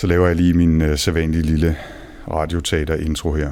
Så laver jeg lige min sædvanlige lille radioteater-intro her.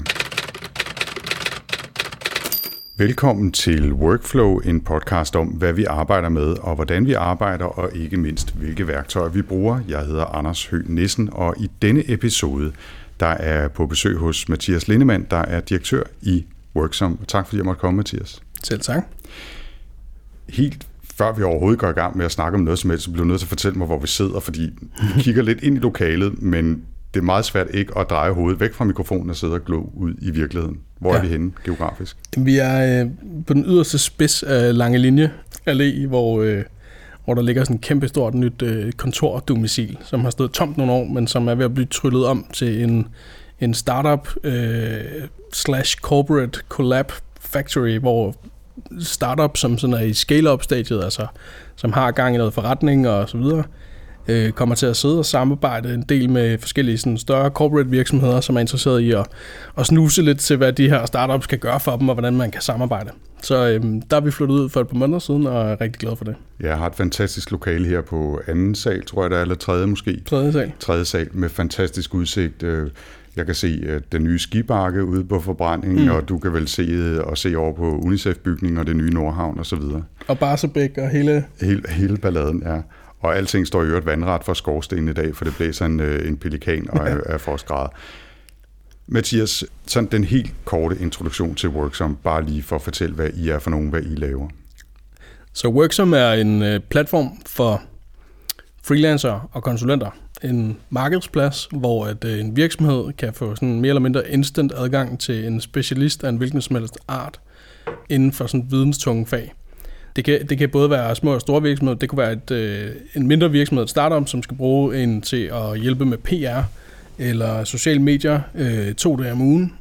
Velkommen til Workflow, en podcast om, hvad vi arbejder med, og hvordan vi arbejder, og ikke mindst, hvilke værktøjer vi bruger. Jeg hedder Anders Høgh Nissen, og i denne episode, der er på besøg hos Mathias Lindemann, der er direktør i Worksom. Tak fordi jeg måtte komme, Mathias. Selv tak. Helt før vi overhovedet går i gang med at snakke om noget som helst, så bliver du nødt til at fortælle mig, hvor vi sidder, fordi vi kigger lidt ind i lokalet, men det er meget svært ikke at dreje hovedet væk fra mikrofonen og sidde og glo ud i virkeligheden. Hvor er vi henne geografisk? Vi er på den yderste spids af Langelinje Allé, hvor der ligger sådan en kæmpe stort nyt kontordomicil, som har stået tomt nogle år, men som er ved at blive tryllet om til en startup / corporate collab factory, hvor startup, som sådan er i scale-up-stadiet, altså som har gang i noget forretning og så videre, kommer til at sidde og samarbejde en del med forskellige sådan større corporate virksomheder, som er interesseret i at snuse lidt til, hvad de her startups kan gøre for dem, og hvordan man kan samarbejde. Så der er vi flyttet ud for et par måneder siden, og er rigtig glad for det. Jeg har et fantastisk lokale her på anden sal, tror jeg det er, eller tredje måske. Tredje sal med fantastisk udsigt. Jeg kan se den nye skibakke ude på forbrændingen, og du kan vel se over på UNICEF-bygningen og det nye Nordhavn og så videre. Og Barsebæk og hele balladen, ja. Og alting står i øvrigt vandret for skorstenen i dag, for det blæser en pelikan og er frostgrader. Mathias, sådan den helt korte introduktion til Worksom, bare lige for at fortælle, hvad I er for nogen, hvad I laver. Så Worksom er en platform for freelancere og konsulenter. En markedsplads, hvor en virksomhed kan få sådan mere eller mindre instant adgang til en specialist af en hvilken som helst art inden for sådan videnstunge fag. Det kan både være små og store virksomheder. Det kunne være en mindre virksomhed, et startup, som skal bruge en til at hjælpe med PR eller sociale medier 2 dage om ugen,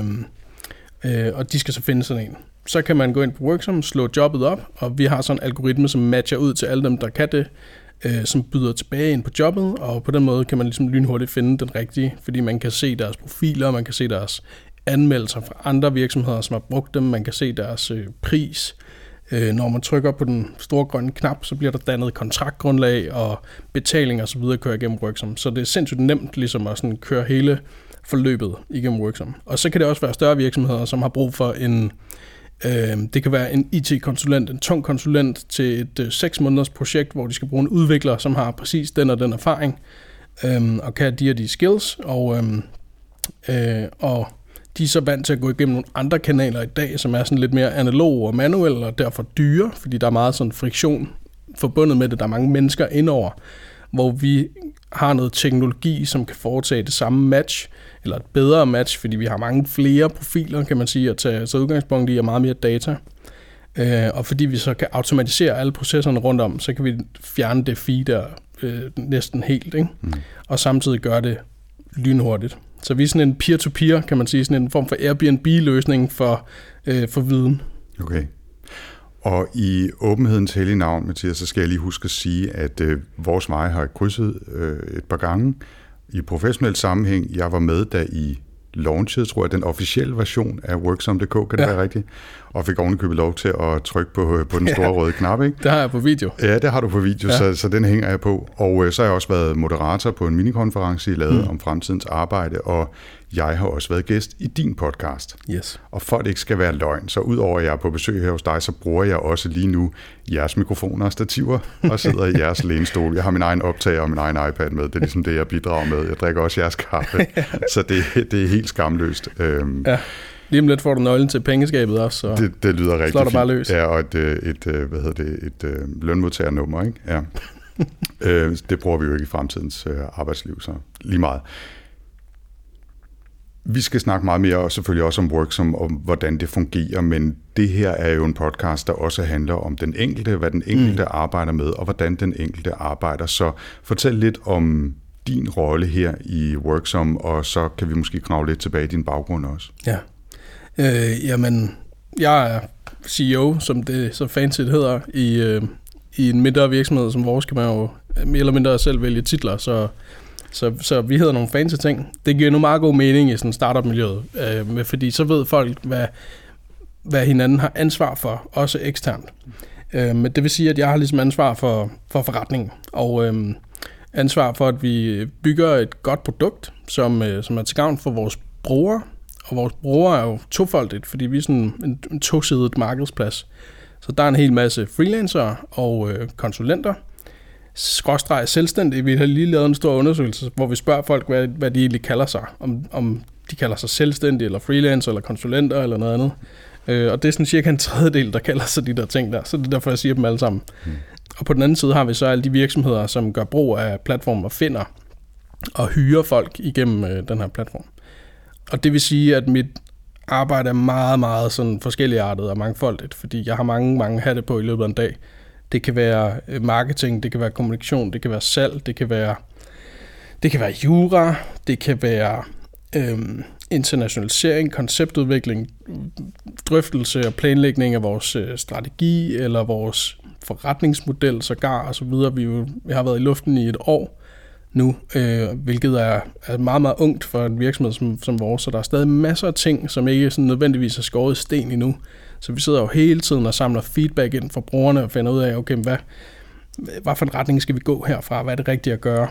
og de skal så finde sådan en. Så kan man gå ind på Worksom, slå jobbet op, og vi har sådan en algoritme, som matcher ud til alle dem, der kan det, som byder tilbage ind på jobbet, og på den måde kan man ligesom lynhurtigt finde den rigtige, fordi man kan se deres profiler, man kan se deres anmeldelser fra andre virksomheder, som har brugt dem, man kan se deres pris. Når man trykker på den store grønne knap, så bliver der dannet kontraktgrundlag, og betaling og så videre kører igennem Worksom. Så det er sindssygt nemt ligesom at sådan køre hele forløbet igennem Worksom. Og så kan det også være større virksomheder, som har brug for det kan være en IT-konsulent, en tung konsulent til et 6 måneders projekt, hvor de skal bruge en udvikler, som har præcis den og den erfaring, og kan de skills, og de er så vant til at gå igennem nogle andre kanaler i dag, som er sådan lidt mere analog og manuel, og derfor dyre, fordi der er meget sådan friktion forbundet med det. Der er mange mennesker indover, hvor vi har noget teknologi, som kan foretage det samme match, eller et bedre match, fordi vi har mange flere profiler, kan man sige, at tage så udgangspunkt i, og meget mere data. Og fordi vi så kan automatisere alle processerne rundt om, så kan vi fjerne det feed der næsten helt, ikke? Og samtidig gøre det lynhurtigt. Så vi er sådan en peer-to-peer, kan man sige, sådan en form for Airbnb-løsning for viden. Okay. Og i åbenhedens hellige navn, Mathias, så skal jeg lige huske at sige, at vores veje har krydset et par gange i professionel sammenhæng. Jeg var med, da I launchede, tror jeg, den officielle version af Worksom.dk, kan det være rigtigt? Og fik ovenikøbet lov til at trykke på den store røde knap, ikke? Det har jeg på video. Ja, det har du på video, så den hænger jeg på. Og så har jeg også været moderator på en minikonference, I lavede om fremtidens arbejde, og jeg har også været gæst i din podcast. Yes. Og for at det ikke skal være løgn, så udover at jeg er på besøg her hos dig, så bruger jeg også lige nu jeres mikrofoner og stativer, og sidder i jeres lænestol. Jeg har min egen optager og min egen iPad med. Det er ligesom det, jeg bidrager med. Jeg drikker også jeres kaffe, så det er helt skamløst. Ja. Lige om lidt får du nøglen til pengeskabet også, så det lyder rigtig slår dig bare løs. Ja, og et lønmodtagernummer, ikke? Ja. Det bruger vi jo ikke i fremtidens arbejdsliv, så lige meget. Vi skal snakke meget mere, og selvfølgelig også om Worksom, og hvordan det fungerer, men det her er jo en podcast, der også handler om den enkelte, hvad den enkelte arbejder med, og hvordan den enkelte arbejder. Så fortæl lidt om din rolle her i Worksom, og så kan vi måske grave lidt tilbage i din baggrund også. Ja. Jamen, jeg er CEO, som det så fancy hedder, i en mindre virksomhed som vores, kan man jo mere eller mindre selv vælge titler, så vi hedder nogle fancy ting. Det giver nu meget god mening i sådan startup-miljøet, fordi så ved folk, hvad hinanden har ansvar for, også eksternt. Men det vil sige, at jeg har ligesom ansvar for forretningen, ansvar for, at vi bygger et godt produkt, som er til gavn for vores brugere. Og vores brugere er jo tofoldigt, fordi vi er sådan en tosidet markedsplads. Så der er en hel masse freelancere og konsulenter, selvstændige. Vi har lige lavet en stor undersøgelse, hvor vi spørger folk, hvad de egentlig kalder sig. Om de kalder sig selvstændige, eller freelancer, eller konsulenter, eller noget andet. Og det er sådan cirka en tredjedel, der kalder sig de der ting der. Så det er derfor, jeg siger dem alle sammen. Og på den anden side har vi så alle de virksomheder, som gør brug af platformen og finder og hyrer folk igennem den her platform. Og det vil sige, at mit arbejde er meget, meget sådan forskelligartet og mangfoldigt, fordi jeg har mange hatte på i løbet af en dag. Det kan være marketing, det kan være kommunikation, det kan være salg, det kan være jura, det kan være internationalisering, konceptudvikling, drøftelse og planlægning af vores strategi eller vores forretningsmodel sågar og så videre. Vi har været i luften i et år nu, hvilket er meget, meget ungt for en virksomhed som vores, så der er stadig masser af ting, som ikke sådan nødvendigvis er skåret i sten endnu. Så vi sidder jo hele tiden og samler feedback ind fra brugerne og finder ud af, okay, hvad for en retning skal vi gå herfra? Hvad er det rigtige at gøre?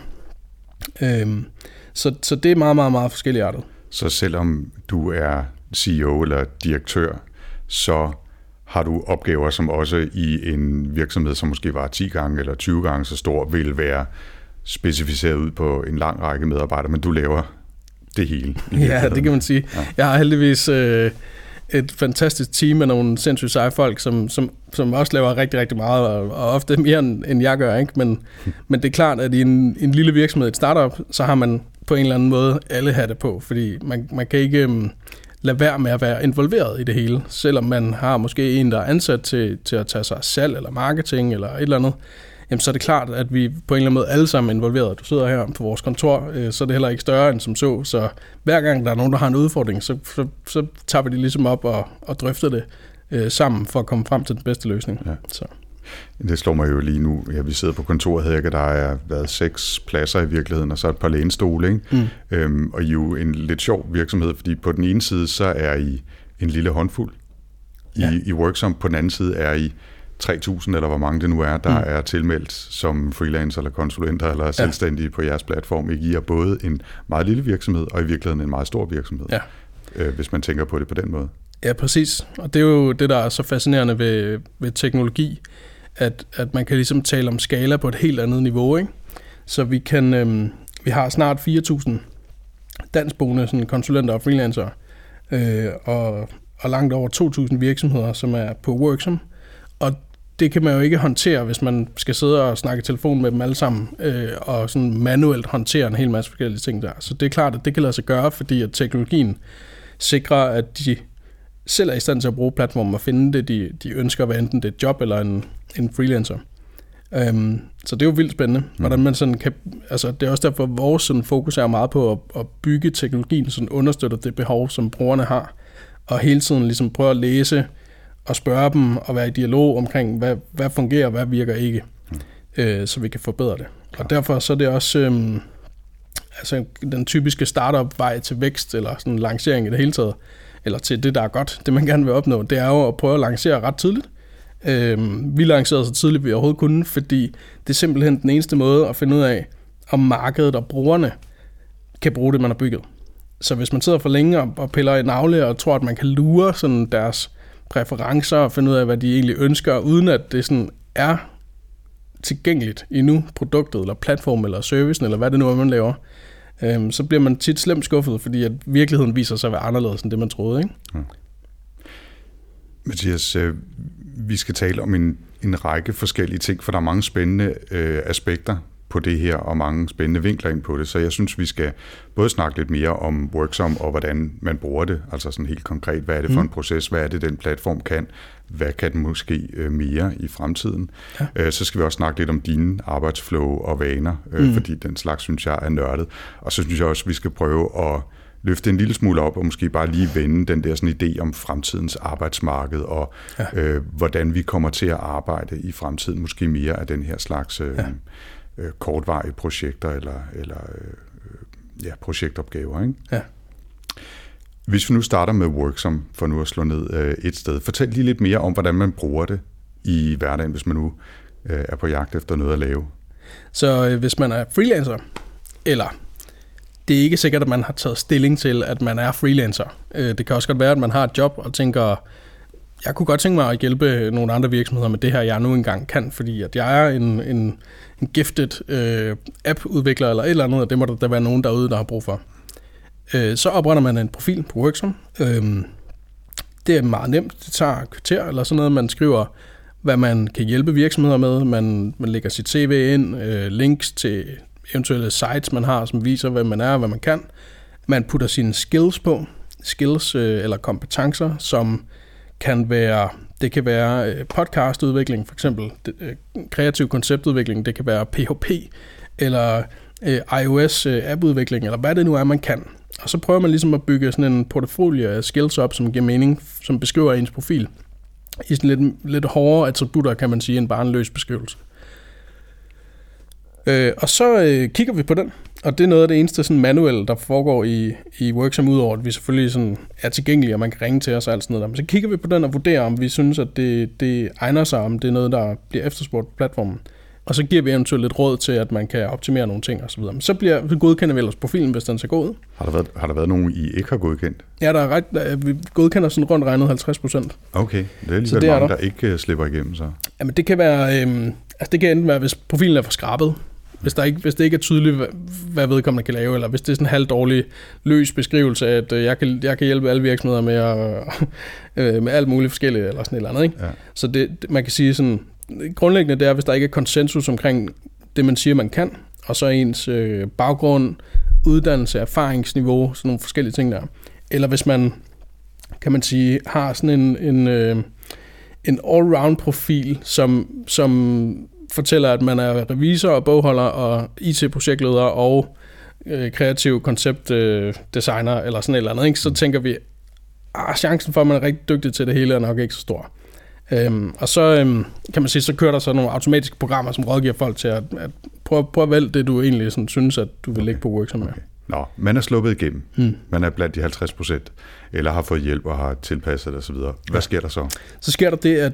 Så det er meget, meget, meget forskelligartet. Så selvom du er CEO eller direktør, så har du opgaver, som også i en virksomhed, som måske var 10 gange eller 20 gange så stor, vil være specificeret ud på en lang række medarbejdere, men du laver det hele. Ja, det kan man sige. Ja. Jeg har heldigvis et fantastisk team med nogle sindssygt seje folk, som også laver rigtig, rigtig meget, og ofte mere end jeg gør, ikke? Men det er klart, at i en lille virksomhed, et startup, så har man på en eller anden måde alle hatte på, fordi man kan ikke lade være med at være involveret i det hele, selvom man har måske en, der er ansat til at tage sig af salg eller marketing eller et eller andet. Jamen, så er det klart, at vi på en eller anden måde alle sammen er involveret. Du sidder her på vores kontor, så er det heller ikke større end som så hver gang der er nogen, der har en udfordring, så tager vi det ligesom op og drøfter det sammen for at komme frem til den bedste løsning. Ja. Så. Det slår mig jo lige nu. Ja, vi sidder på kontoret her, der er været 6 pladser i virkeligheden, og så et par lænestole, ikke? Og I er jo en lidt sjov virksomhed, fordi på den ene side, så er I en lille håndfuld i Worksom, på den anden side er I 3.000, eller hvor mange det nu er, der er tilmeldt som freelancer eller konsulenter eller selvstændige på jeres platform. I er både en meget lille virksomhed, og i virkeligheden en meget stor virksomhed, hvis man tænker på det på den måde. Ja, præcis. Og det er jo det, der er så fascinerende ved teknologi, at man kan ligesom tale om skala på et helt andet niveau, ikke? Så vi har snart 4.000 danskboende sådan konsulenter og freelancere, og langt over 2.000 virksomheder, som er på Worksom. Og det kan man jo ikke håndtere, hvis man skal sidde og snakke telefon med dem alle sammen, og sådan manuelt håndtere en hel masse forskellige ting der. Så det er klart, at det kan lade sig gøre, fordi at teknologien sikrer, at de selv er i stand til at bruge platformen og finde det, de ønsker, hvad enten det er et job eller en freelancer. Så det er jo vildt spændende, hvordan man sådan kan, altså det er også derfor, at vores sådan fokus er meget på at bygge teknologien, som understøtter det behov, som brugerne har, og hele tiden ligesom prøve at læse og spørge dem og være i dialog omkring, hvad fungerer, hvad virker ikke, så vi kan forbedre det. Klar. Og derfor så er det også altså den typiske startup-vej til vækst, eller sådan en lancering i det hele taget, eller til det, der er godt, det man gerne vil opnå, det er jo at prøve at lancere ret tidligt. Vi lancerede så tidligt, vi overhovedet kunne, fordi det er simpelthen den eneste måde at finde ud af, om markedet og brugerne kan bruge det, man har bygget. Så hvis man sidder for længe og piller i navle og tror, at man kan lure sådan deres præferencer og finde ud af, hvad de egentlig ønsker, uden at det sådan er tilgængeligt endnu, produktet eller platformen eller servicen, eller hvad det nu er, man laver, så bliver man tit slemt skuffet, fordi at virkeligheden viser sig at være anderledes end det, man troede, ikke? Ja. Mathias, vi skal tale om en række forskellige ting, for der er mange spændende aspekter på det her, og mange spændende vinkler ind på det, så jeg synes, vi skal både snakke lidt mere om Worksom, og hvordan man bruger det, altså sådan helt konkret, hvad er det for en proces, hvad er det, den platform kan, hvad kan den måske mere i fremtiden. Ja. Så skal vi også snakke lidt om dine arbejdsflow og vaner, fordi den slags, synes jeg, er nørdet. Og så synes jeg også, vi skal prøve at løfte en lille smule op, og måske bare lige vende den der sådan idé om fremtidens arbejdsmarked, og hvordan vi kommer til at arbejde i fremtiden, måske mere af den her slags kortvarige projekter, eller projektopgaver, ikke? Ja. Hvis vi nu starter med Worksom, for nu at slå ned et sted, fortæl lige lidt mere om, hvordan man bruger det i hverdagen, hvis man nu er på jagt efter noget at lave. Så hvis man er freelancer, eller det er ikke sikkert, at man har taget stilling til, at man er freelancer. Det kan også godt være, at man har et job og tænker, jeg kunne godt tænke mig at hjælpe nogle andre virksomheder med det her, jeg nu engang kan, fordi at jeg er en gifted app-udvikler eller et eller andet, og det må der være nogen derude, der har brug for. Så opretter man en profil på Worksom. Det er meget nemt. Det tager kvarter eller sådan noget. Man skriver, hvad man kan hjælpe virksomheder med. Man lægger sit CV ind, links til eventuelle sites, man har, som viser, hvad man er og hvad man kan. Man putter sine skills på. Skills eller kompetencer, som kan være, det kan være podcastudvikling, for eksempel kreativ konceptudvikling, det kan være PHP, eller iOS-appudvikling, eller hvad det nu er, man kan. Og så prøver man ligesom at bygge sådan en portefølje af skills op, som giver mening, som beskriver ens profil, i sådan lidt hårdere attributter, kan man sige, end bare en løs beskrivelse. Og så kigger vi på den, og det er noget af det eneste sådan manuelle, der foregår i Worksom, udover at vi selvfølgelig sådan er tilgængelige, og man kan ringe til os og alt sådan noget der. Men så kigger vi på den og vurderer, om vi synes, at det egner sig, om det er noget, der bliver efterspurgt på platformen. Og så giver vi eventuelt lidt råd til, at man kan optimere nogle ting osv. Men så godkender vi ellers profilen, hvis den ser god ud. Har der været nogen, I ikke har godkendt? Ja, vi godkender sådan rundt regnet 50%. Okay, det er alligevel mange, der ikke slipper igennem så. Jamen det kan være, det kan enten være, hvis profilen er for skrabet, hvis det ikke er tydeligt, hvad vedkommende kan lave, eller hvis det er sådan en halvdårlig løs beskrivelse, at jeg kan hjælpe alle virksomheder med alt muligt forskelligt, eller sådan et eller andet. Ikke? Ja. Så man kan sige sådan, grundlæggende det er, hvis der ikke er konsensus omkring det, man siger, man kan, og så ens baggrund, uddannelse, erfaringsniveau, sådan nogle forskellige ting der. Eller hvis man, kan man sige, har sådan en all-round profil, som fortæller, at man er revisor og bogholder og IT-projektleder og kreativ konceptdesigner eller sådan et eller andet, ikke? Så tænker vi, chancen for, at man er rigtig dygtig til det hele, er nok ikke så stor. Og så kan man sige, så kører der så nogle automatiske programmer, som rådgiver folk til at prøve at vælge det, du egentlig sådan synes, at du vil lægge på Worksom med. Okay. Nå, man er sluppet igennem. Man er blandt de 50%, eller har fået hjælp og har tilpasset det osv. Hvad sker der så? Så sker der det,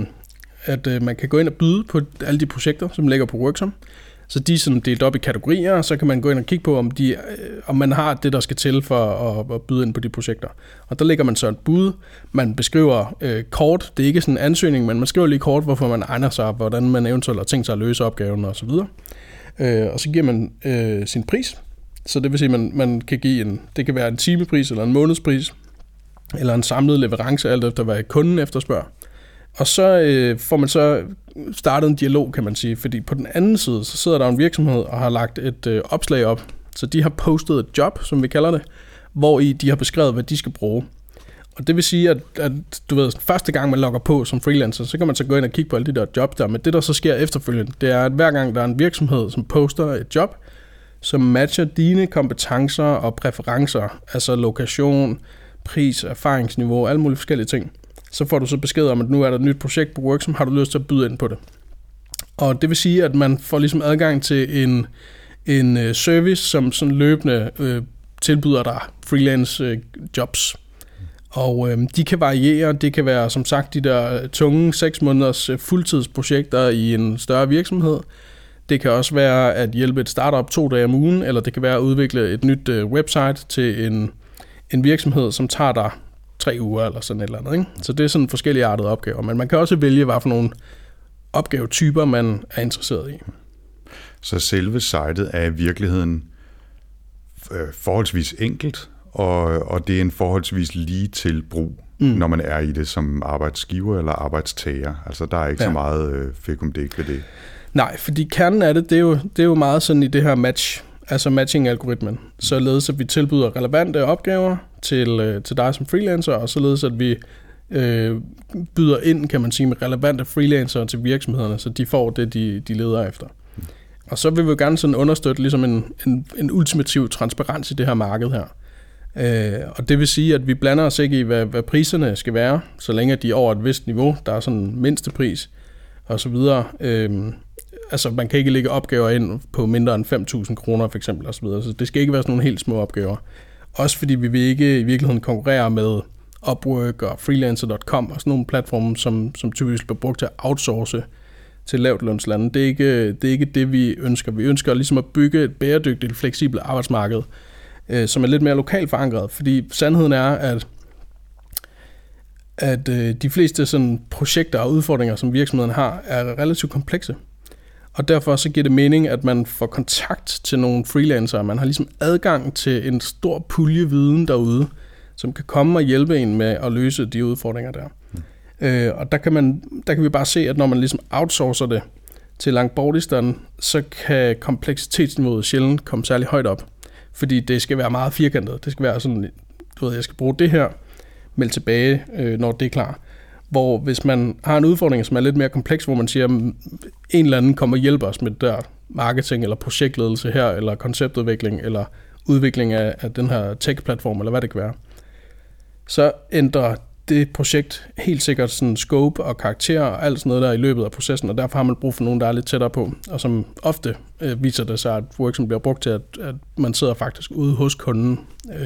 at man kan gå ind og byde på alle de projekter, som ligger på Worksom. Så de er sådan delt op i kategorier, og så kan man gå ind og kigge på, om man har det, der skal til for at byde ind på de projekter. Og der lægger man så et bud. Man beskriver kort. Det er ikke sådan en ansøgning, men man skriver lige kort, hvorfor man egner sig, hvordan man eventuelt har tænkt sig at løse opgaven og så videre. Og så giver man sin pris. Så det vil sige, at man kan give det kan være en timepris eller en månedspris, eller en samlet leverance, alt efter hvad kunden efterspørger. Og så får man så startet en dialog, kan man sige, fordi på den anden side, så sidder der en virksomhed og har lagt et opslag op. Så de har postet et job, som vi kalder det, hvor de har beskrevet, hvad de skal bruge. Og det vil sige, at du ved, første gang man logger på som freelancer, så kan man så gå ind og kigge på alle de der jobs der. Men det, der så sker efterfølgende, det er, at hver gang der er en virksomhed, som poster et job, som matcher dine kompetencer og præferencer, altså lokation, pris, erfaringsniveau, alle mulige forskellige ting, så får du så besked om, at nu er der et nyt projekt på Worksom, har du lyst til at byde ind på det. Og det vil sige, at man får ligesom adgang til en service, som sådan løbende tilbyder dig freelance jobs. Og de kan variere. Det kan være, som sagt, de der tunge 6 måneders fuldtidsprojekter i en større virksomhed. Det kan også være at hjælpe et startup 2 dage om ugen, eller det kan være at udvikle et nyt website til en virksomhed, som tager dig 3 uger eller sådan et eller andet. Ikke? Så det er sådan forskellige artede opgaver. Men man kan også vælge, hvad for nogle opgavetyper, man er interesseret i. Så selve sitet er i virkeligheden forholdsvis enkelt, og det er en forholdsvis lige til brug, når man er i det som arbejdsgiver eller arbejdstager. Altså der er ikke så meget fikumdik ved det. Nej, fordi kernen af det er jo meget sådan i det her matching-algoritmen. Således at vi tilbyder relevante opgaver til dig som freelancer, og således at vi byder ind, kan man sige, med relevante freelancere til virksomhederne, så de får det, de leder efter. Og så vil vi jo gerne sådan understøtte ligesom en ultimativ transparens i det her marked her. Og det vil sige, at vi blander os ikke i, hvad priserne skal være, så længe de er over et vist niveau. Der er sådan en mindste pris og så videre. Altså man kan ikke lægge opgaver ind på mindre end 5.000 kroner for eksempel og så videre. Så det skal ikke være sådan nogle helt små opgaver. Også fordi vi vil ikke i virkeligheden konkurrere med Upwork og freelancer.com og sådan nogle platforme, som typisk bliver brugt til at outsource til lavt lønslande. Det er ikke det, vi ønsker. Vi ønsker ligesom at bygge et bæredygtigt, fleksibelt arbejdsmarked, som er lidt mere lokalt forankret, fordi sandheden er, at de fleste sådan projekter og udfordringer, som virksomheden har, er relativt komplekse. Og derfor så giver det mening, at man får kontakt til nogle freelancere. Man har ligesom adgang til en stor pulje viden derude, som kan komme og hjælpe en med at løse de udfordringer der. Og der kan vi bare se, at når man ligesom outsourcer det til Langbordistan, så kan kompleksitetsniveauet sjældent komme særlig højt op. Fordi det skal være meget firkantet. Det skal være sådan, jeg skal bruge det her, meld tilbage, når det er klar. Hvor hvis man har en udfordring, som er lidt mere kompleks, hvor man siger, at en eller anden kommer og hjælper os med der marketing, eller projektledelse her, eller konceptudvikling, eller udvikling af den her tech-platform, eller hvad det kan være, så ændrer det projekt helt sikkert sådan scope og karakter og alt sådan noget der i løbet af processen, og derfor har man brug for nogen, der er lidt tættere på, og som ofte viser det sig, at Worksom bliver brugt til, at man sidder faktisk ude hos kunden,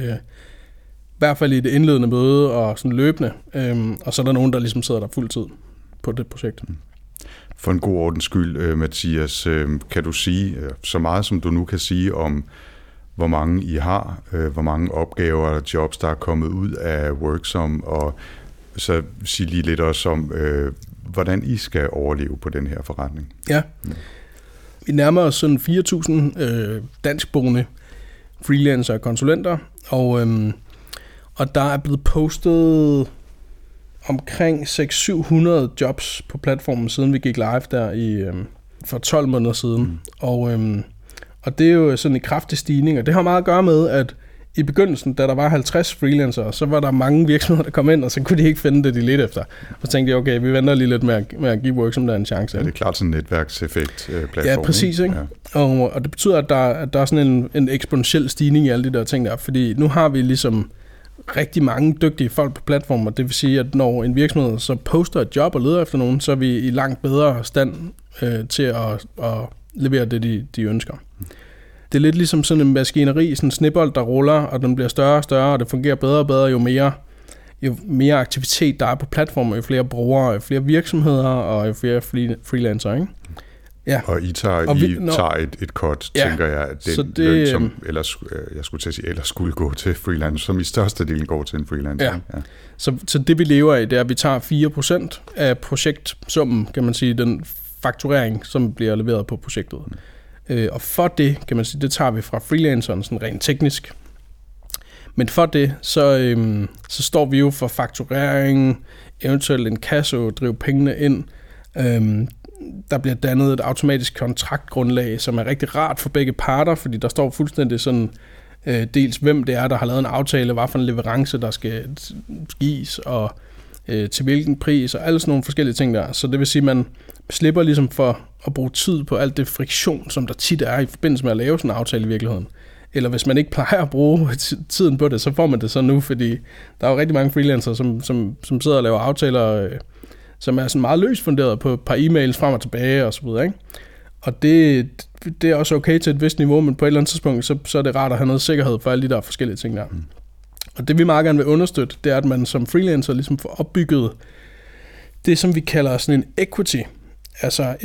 i hvert fald i det indledende møde og sådan løbende, og så er der nogen, der ligesom sidder der fuld tid på det projekt. For en god ordens skyld, Mathias, kan du sige så meget, som du nu kan sige om, hvor mange I har, hvor mange opgaver og jobs, der er kommet ud af Worksom, og så sige lige lidt også om, hvordan I skal overleve på den her forretning. Ja, vi nærmer os sådan 4.000 danskboende freelancer og konsulenter, og der er blevet postet omkring 600-700 jobs på platformen, siden vi gik live der for 12 måneder siden. Og det er jo sådan en kraftig stigning, og det har meget at gøre med, at i begyndelsen, da der var 50 freelancere, så var der mange virksomheder, der kom ind, og så kunne de ikke finde det, de ledte efter. Og så tænkte jeg, okay, vi venter lige lidt med at give Worksom der en chance. Ja, det er klart sådan en netværkseffekt platform. Ja, præcis, ikke? Ja. Og det betyder, at der er sådan en eksponentiel stigning i alle de der ting der, fordi nu har vi ligesom rigtig mange dygtige folk på platformen, og det vil sige, at når en virksomhed så poster et job og leder efter nogen, så er vi i langt bedre stand til at levere det, de ønsker. Det er lidt ligesom sådan en maskineri, sådan en snebold, der ruller, og den bliver større og større, og det fungerer bedre og bedre, jo mere aktivitet der er på platformen, jo flere brugere, jo flere virksomheder, og jo flere freelancer, ikke? Ja. Og I tager et cut, tænker jeg, at den løn, som ellers skulle gå til freelancer, som i største del går til en freelancer. Ja. Så det vi lever af, det er, at vi tager 4% af projektsummen, kan man sige, den fakturering, som bliver leveret på projektet. Og for det, kan man sige, det tager vi fra freelanceren sådan rent teknisk. Men for det, så står vi jo for fakturering, eventuelt en kasse, drive pengene ind. Der bliver dannet et automatisk kontraktgrundlag, som er rigtig rart for begge parter, fordi der står fuldstændig sådan, dels hvem det er, der har lavet en aftale, hvad for en leverance, der skal gives, og til hvilken pris, og alle sådan nogle forskellige ting der. Så det vil sige, at man slipper ligesom for at bruge tid på alt det friktion, som der tit er i forbindelse med at lave sådan en aftale i virkeligheden. Eller hvis man ikke plejer at bruge tiden på det, så får man det så nu, fordi der er jo rigtig mange freelancere, som sidder og laver aftaler, som er sådan meget løst funderet på et par e-mails frem og tilbage og så videre, ikke? Og det er også okay til et vist niveau, men på et eller andet tidspunkt, så er det rart at have noget sikkerhed for alle de der forskellige ting der. Og det vi meget gerne vil understøtte, det er, at man som freelancer ligesom får opbygget det, som vi kalder sådan en equity. Altså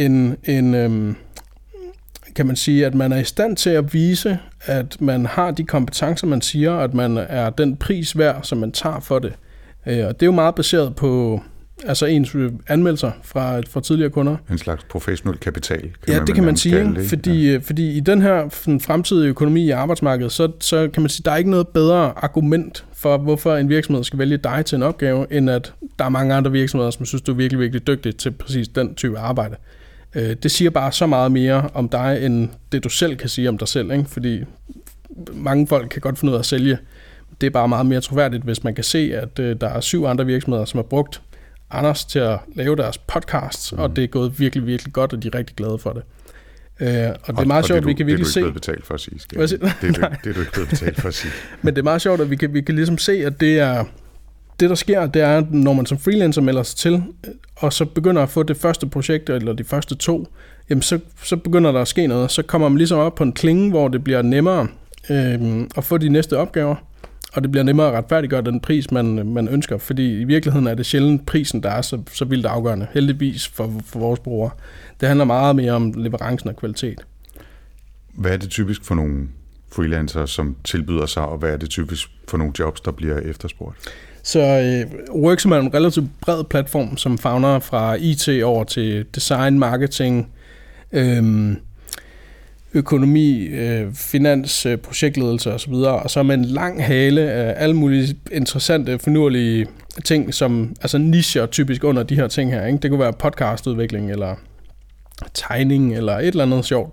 kan man sige, at man er i stand til at vise, at man har de kompetencer, man siger, at man er den pris værd, som man tager for det. Og det er jo meget baseret på ens anmeldelser fra tidligere kunder. En slags professionel kapital. Det kan man sige, fordi i den her fremtidige økonomi i arbejdsmarkedet, så kan man sige, at der er ikke noget bedre argument for, hvorfor en virksomhed skal vælge dig til en opgave, end at der er mange andre virksomheder, som synes, du er virkelig, virkelig dygtig til præcis den type arbejde. Det siger bare så meget mere om dig, end det du selv kan sige om dig selv, ikke? Fordi mange folk kan godt finde ud af at sælge. Det er bare meget mere troværdigt, hvis man kan se, at der er 7 andre virksomheder, som har brugt Anders til at lave deres podcasts, og det er gået virkelig, virkelig godt, og de er rigtig glade for det. Og det er meget sjovt, at vi kan virkelig se... Det er du ikke blevet betalt for at sige. Det er du ikke blevet betalt for at sige. Men det er meget sjovt, at vi kan ligesom se, at det er... Det, der sker, det er, når man som freelancer melder sig til, og så begynder at få det første projekt, eller de første 2, jamen så begynder der at ske noget. Så kommer man ligesom op på en klinge, hvor det bliver nemmere at få de næste opgaver. Og det bliver nemmere at retfærdiggøre den pris, man ønsker, fordi i virkeligheden er det sjældent prisen, der er så vildt afgørende, heldigvis for vores brugere. Det handler meget mere om leverancen og kvalitet. Hvad er det typisk for nogle freelancere, som tilbyder sig, og hvad er det typisk for nogle jobs, der bliver efterspurgt? Så Worksom er en relativt bred platform, som favner fra IT over til design, marketing, økonomi, finans, projektledelse osv., og så med en lang hale af alle mulige interessante, finurlige ting, som altså nicher typisk under de her ting her. Ikke? Det kunne være podcastudvikling, eller tegning, eller et eller andet sjovt.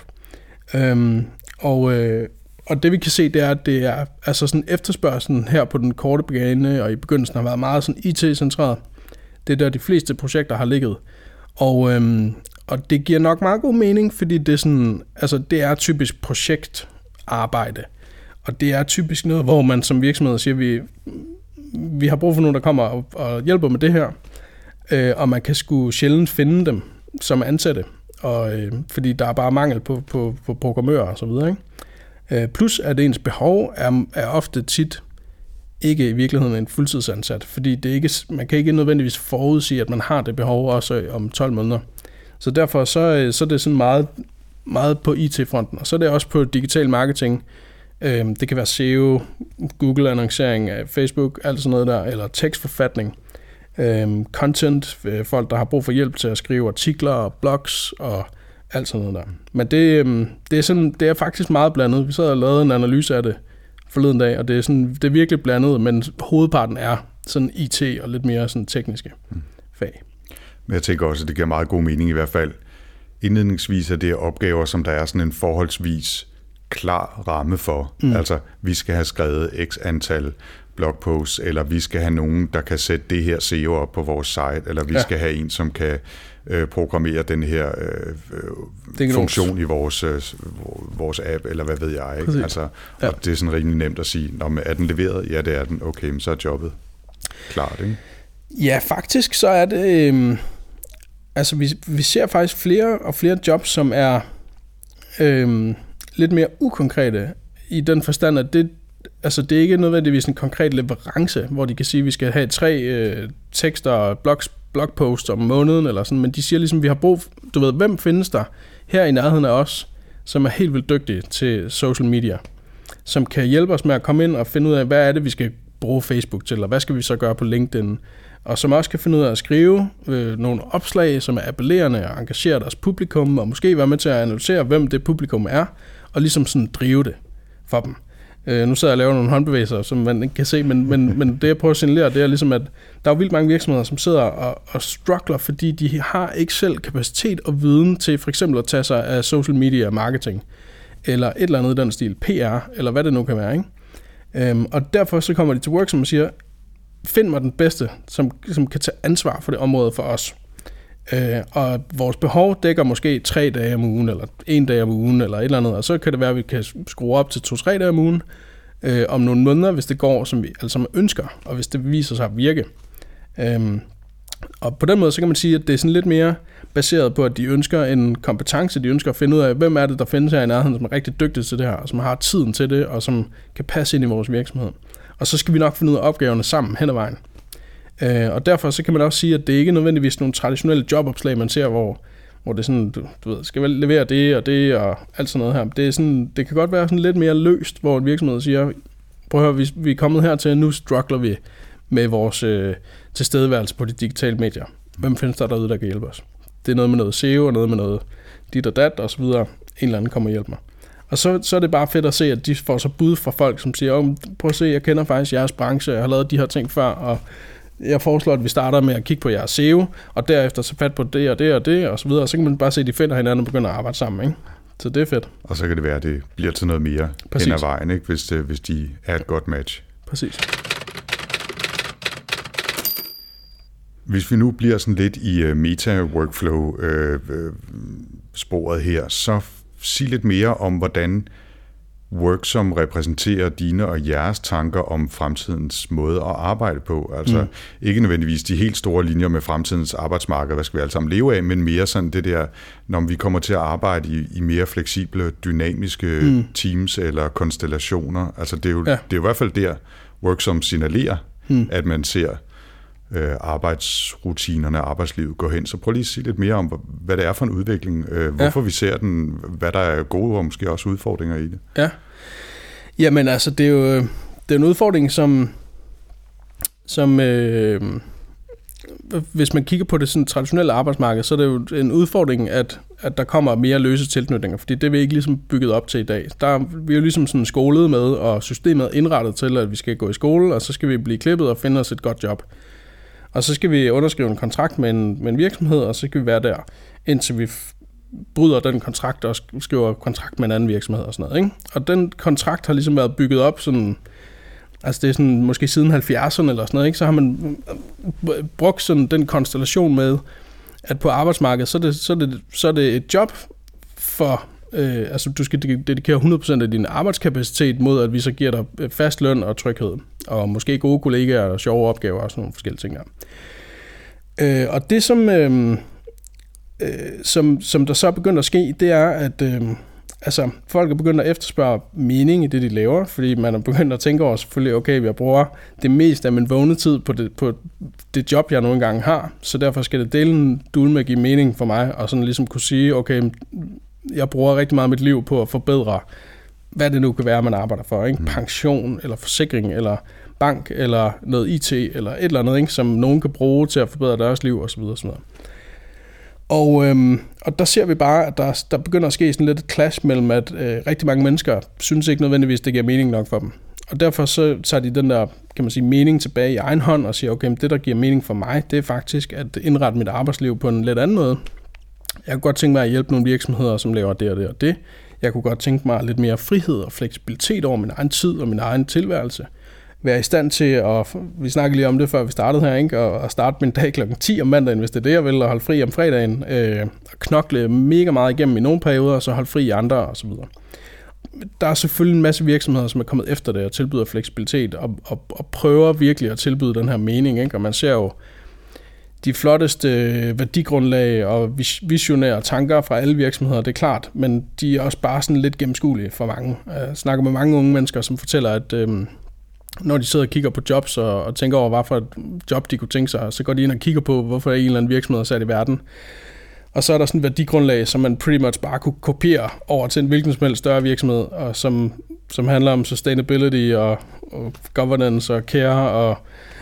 Og det vi kan se, det er, at det er altså sådan efterspørgselen her på den korte bane, og i begyndelsen har været meget sådan IT-centreret. Det er der de fleste projekter har ligget. Og det giver nok meget god mening, fordi det er sådan, altså det er typisk projektarbejde. Og det er typisk noget, hvor man som virksomhed siger, vi har brug for nogen, der kommer og hjælper med det her. Og man kan sgu sjældent finde dem som ansatte. Fordi der er bare mangel på programmører og så videre, ikke? Plus at ens behov er ofte tit ikke i virkeligheden en fuldtidsansat, fordi det ikke, man kan ikke nødvendigvis forudsige, at man har det behov også om 12 måneder. Så derfor så er det sådan meget, meget på IT-fronten, og så er det også på digital marketing. Det kan være SEO, Google-annoncering, Facebook, alt sådan noget der, eller tekstforfatning, content, folk der har brug for hjælp til at skrive artikler og blogs og alt sådan noget der. Men det er faktisk meget blandet. Vi sad og lavede en analyse af det forleden dag, og det er virkelig blandet, men hovedparten er sådan IT og lidt mere sådan tekniske fag. Men jeg tænker også, at det giver meget god mening i hvert fald. Indledningsvis er det opgaver, som der er sådan en forholdsvis klar ramme for. Altså, vi skal have skrevet x antal blogposts, eller vi skal have nogen, der kan sætte det her SEO op på vores site, eller vi skal have en, som kan programmere den her funktion i vores app, eller hvad ved jeg. Ikke? Altså, og det er sådan rimelig nemt at sige, er den leveret? Ja, det er den. Okay, men så er jobbet klart, ikke? Ja, faktisk så er det... altså, vi ser faktisk flere og flere jobs, som er lidt mere ukonkrete, i den forstand, at det er ikke nødvendigvis en konkret leverance, hvor de kan sige, at vi skal have 3 tekster og blogposts om måneden, eller sådan, men de siger ligesom, at vi har brug, du ved, hvem findes der her i nærheden af os, som er helt vildt dygtige til social media, som kan hjælpe os med at komme ind og finde ud af, hvad er det, vi skal bruge Facebook til, og hvad skal vi så gøre på LinkedIn, og som også kan finde ud af at skrive nogle opslag, som er appellerende og engagere deres publikum, og måske være med til at analysere, hvem det publikum er, og ligesom sådan drive det for dem. Nu sidder jeg og laver nogle håndbevægelser, som man ikke kan se, men det jeg prøver at signalere, det er ligesom, at der er vildt mange virksomheder, som sidder og struggler, fordi de har ikke selv kapacitet og viden til for eksempel at tage sig af social media marketing, eller et eller andet i den stil, PR, eller hvad det nu kan være, ikke? Og derfor så kommer de til Worksom og siger, find mig den bedste, som kan tage ansvar for det område for os. Og vores behov dækker måske 3 dage om ugen, eller 1 dag om ugen, eller et eller andet, og så kan det være, at vi kan skrue op til 2-3 dage om ugen, om nogle måneder, hvis det går, som vi alle sammen ønsker, og hvis det viser sig at virke. Og på den måde, så kan man sige, at det er sådan lidt mere baseret på, at de ønsker en kompetence, de ønsker at finde ud af, hvem er det, der findes her i nærheden, som er rigtig dygtig til det her, og som har tiden til det, og som kan passe ind i vores virksomhed. Og så skal vi nok finde ud af opgaverne sammen hen ad vejen. Og derfor så kan man også sige, at det ikke er nødvendigvis nogle traditionelle jobopslag, man ser, hvor det er sådan, du ved, skal vel levere det og alt sådan noget her. Det er sådan, det kan godt være sådan lidt mere løst, hvor en virksomhed siger, prøv at høre, vi er kommet hertil, nu struggler vi med vores tilstedeværelse på de digitale medier. Hvem findes der derude, der kan hjælpe os? Det er noget med noget SEO og noget med noget dit og dat og så videre. En eller anden kommer og hjælper mig. Og så er det bare fedt at se, at de får så bud fra folk, som siger, prøv at se, jeg kender faktisk jeres branche, jeg har lavet de her ting før, og jeg foreslår, at vi starter med at kigge på jeres SEO, og derefter så fat på det og det og det, og så videre. Og så kan man bare se, at de finder hinanden og begynder at arbejde sammen, ikke? Så det er fedt. Og så kan det være, at det bliver til noget mere hen ad vejen, ikke? Hvis de er et godt match. Præcis. Hvis vi nu bliver sådan lidt i meta-workflow-sporet her, så sig lidt mere om, hvordan Worksom repræsenterer dine og jeres tanker om fremtidens måde at arbejde på. Altså ikke nødvendigvis de helt store linjer med fremtidens arbejdsmarked, hvad skal vi alle sammen leve af, men mere sådan det der, når vi kommer til at arbejde i mere fleksible, dynamiske teams eller konstellationer. Altså det er jo i hvert fald der, Worksom signalerer, at man ser arbejdsrutinerne, arbejdslivet går hen. Så prøv lige at sige lidt mere om, hvad det er for en udvikling, hvorfor vi ser den, hvad der er gode og måske også udfordringer i det. Ja. Jamen altså, det er jo en udfordring, som hvis man kigger på det sådan traditionelle arbejdsmarked, så er det jo en udfordring, at der kommer mere løse tilknytninger, fordi det er vi ikke ligesom bygget op til i dag. Vi er jo ligesom sådan skolet med, og systemet indrettet til, at vi skal gå i skole, og så skal vi blive klippet og finde os et godt job. Og så skal vi underskrive en kontrakt med en virksomhed, og så skal vi være der, indtil vi bryder den kontrakt og skriver kontrakt med en anden virksomhed og sådan noget, ikke? Og den kontrakt har ligesom været bygget op sådan, altså det er sådan måske siden 70'erne eller sådan noget, ikke? Så har man brugt sådan den konstellation med, at på arbejdsmarkedet, så er det et job for, altså du skal dedikere 100% af din arbejdskapacitet mod, at vi så giver dig fast løn og tryghed, og måske gode kollegaer og sjove opgaver og sådan nogle forskellige ting der. Og det som der så er begyndt at ske, det er, at altså, folk er begyndt at efterspørge mening i det, de laver, fordi man er begyndt at tænke over selvfølgelig, okay, jeg bruger det meste af min vågne tid på det job, jeg nogle gange har, så derfor skal det dele en dul med at give mening for mig, og sådan ligesom kunne sige, okay, jeg bruger rigtig meget af mit liv på at forbedre, hvad det nu kan være, man arbejder for, ikke? Pension, eller forsikring, eller bank, eller noget IT, eller et eller andet, ikke? Som nogen kan bruge til at forbedre deres liv, osv. Og der ser vi bare, at der begynder at ske sådan lidt et clash mellem, at rigtig mange mennesker synes ikke nødvendigvis, det giver mening nok for dem. Og derfor så tager de den der, kan man sige, mening tilbage i egen hånd og siger, okay, det der giver mening for mig, det er faktisk at indrette mit arbejdsliv på en lidt anden måde. Jeg kunne godt tænke mig at hjælpe nogle virksomheder, som laver det og det og det. Jeg kunne godt tænke mig lidt mere frihed og fleksibilitet over min egen tid og min egen tilværelse. Være i stand til at, vi snakkede lige om det, før vi startede her, ikke? Og starte min dag klokken 10 om mandagen, hvis det er det, jeg vil, og holde fri om fredagen, og knokle mega meget igennem i nogle perioder, og så holde fri i andre, og så videre. Der er selvfølgelig en masse virksomheder, som er kommet efter det, og tilbyder fleksibilitet, og prøver virkelig at tilbyde den her mening, ikke? Og man ser jo de flotteste værdigrundlag og visionære tanker fra alle virksomheder, det er klart, men de er også bare sådan lidt gennemskuelige for mange. Jeg snakker med mange unge mennesker, som fortæller, at når de sidder og kigger på jobs og tænker over, hvad for et job de kunne tænke sig, så går de ind og kigger på, hvorfor en eller anden virksomhed er sat i verden. Og så er der sådan et værdigrundlag, som man pretty much bare kunne kopiere over til en hvilken som helst større virksomhed, og som handler om sustainability og governance og care og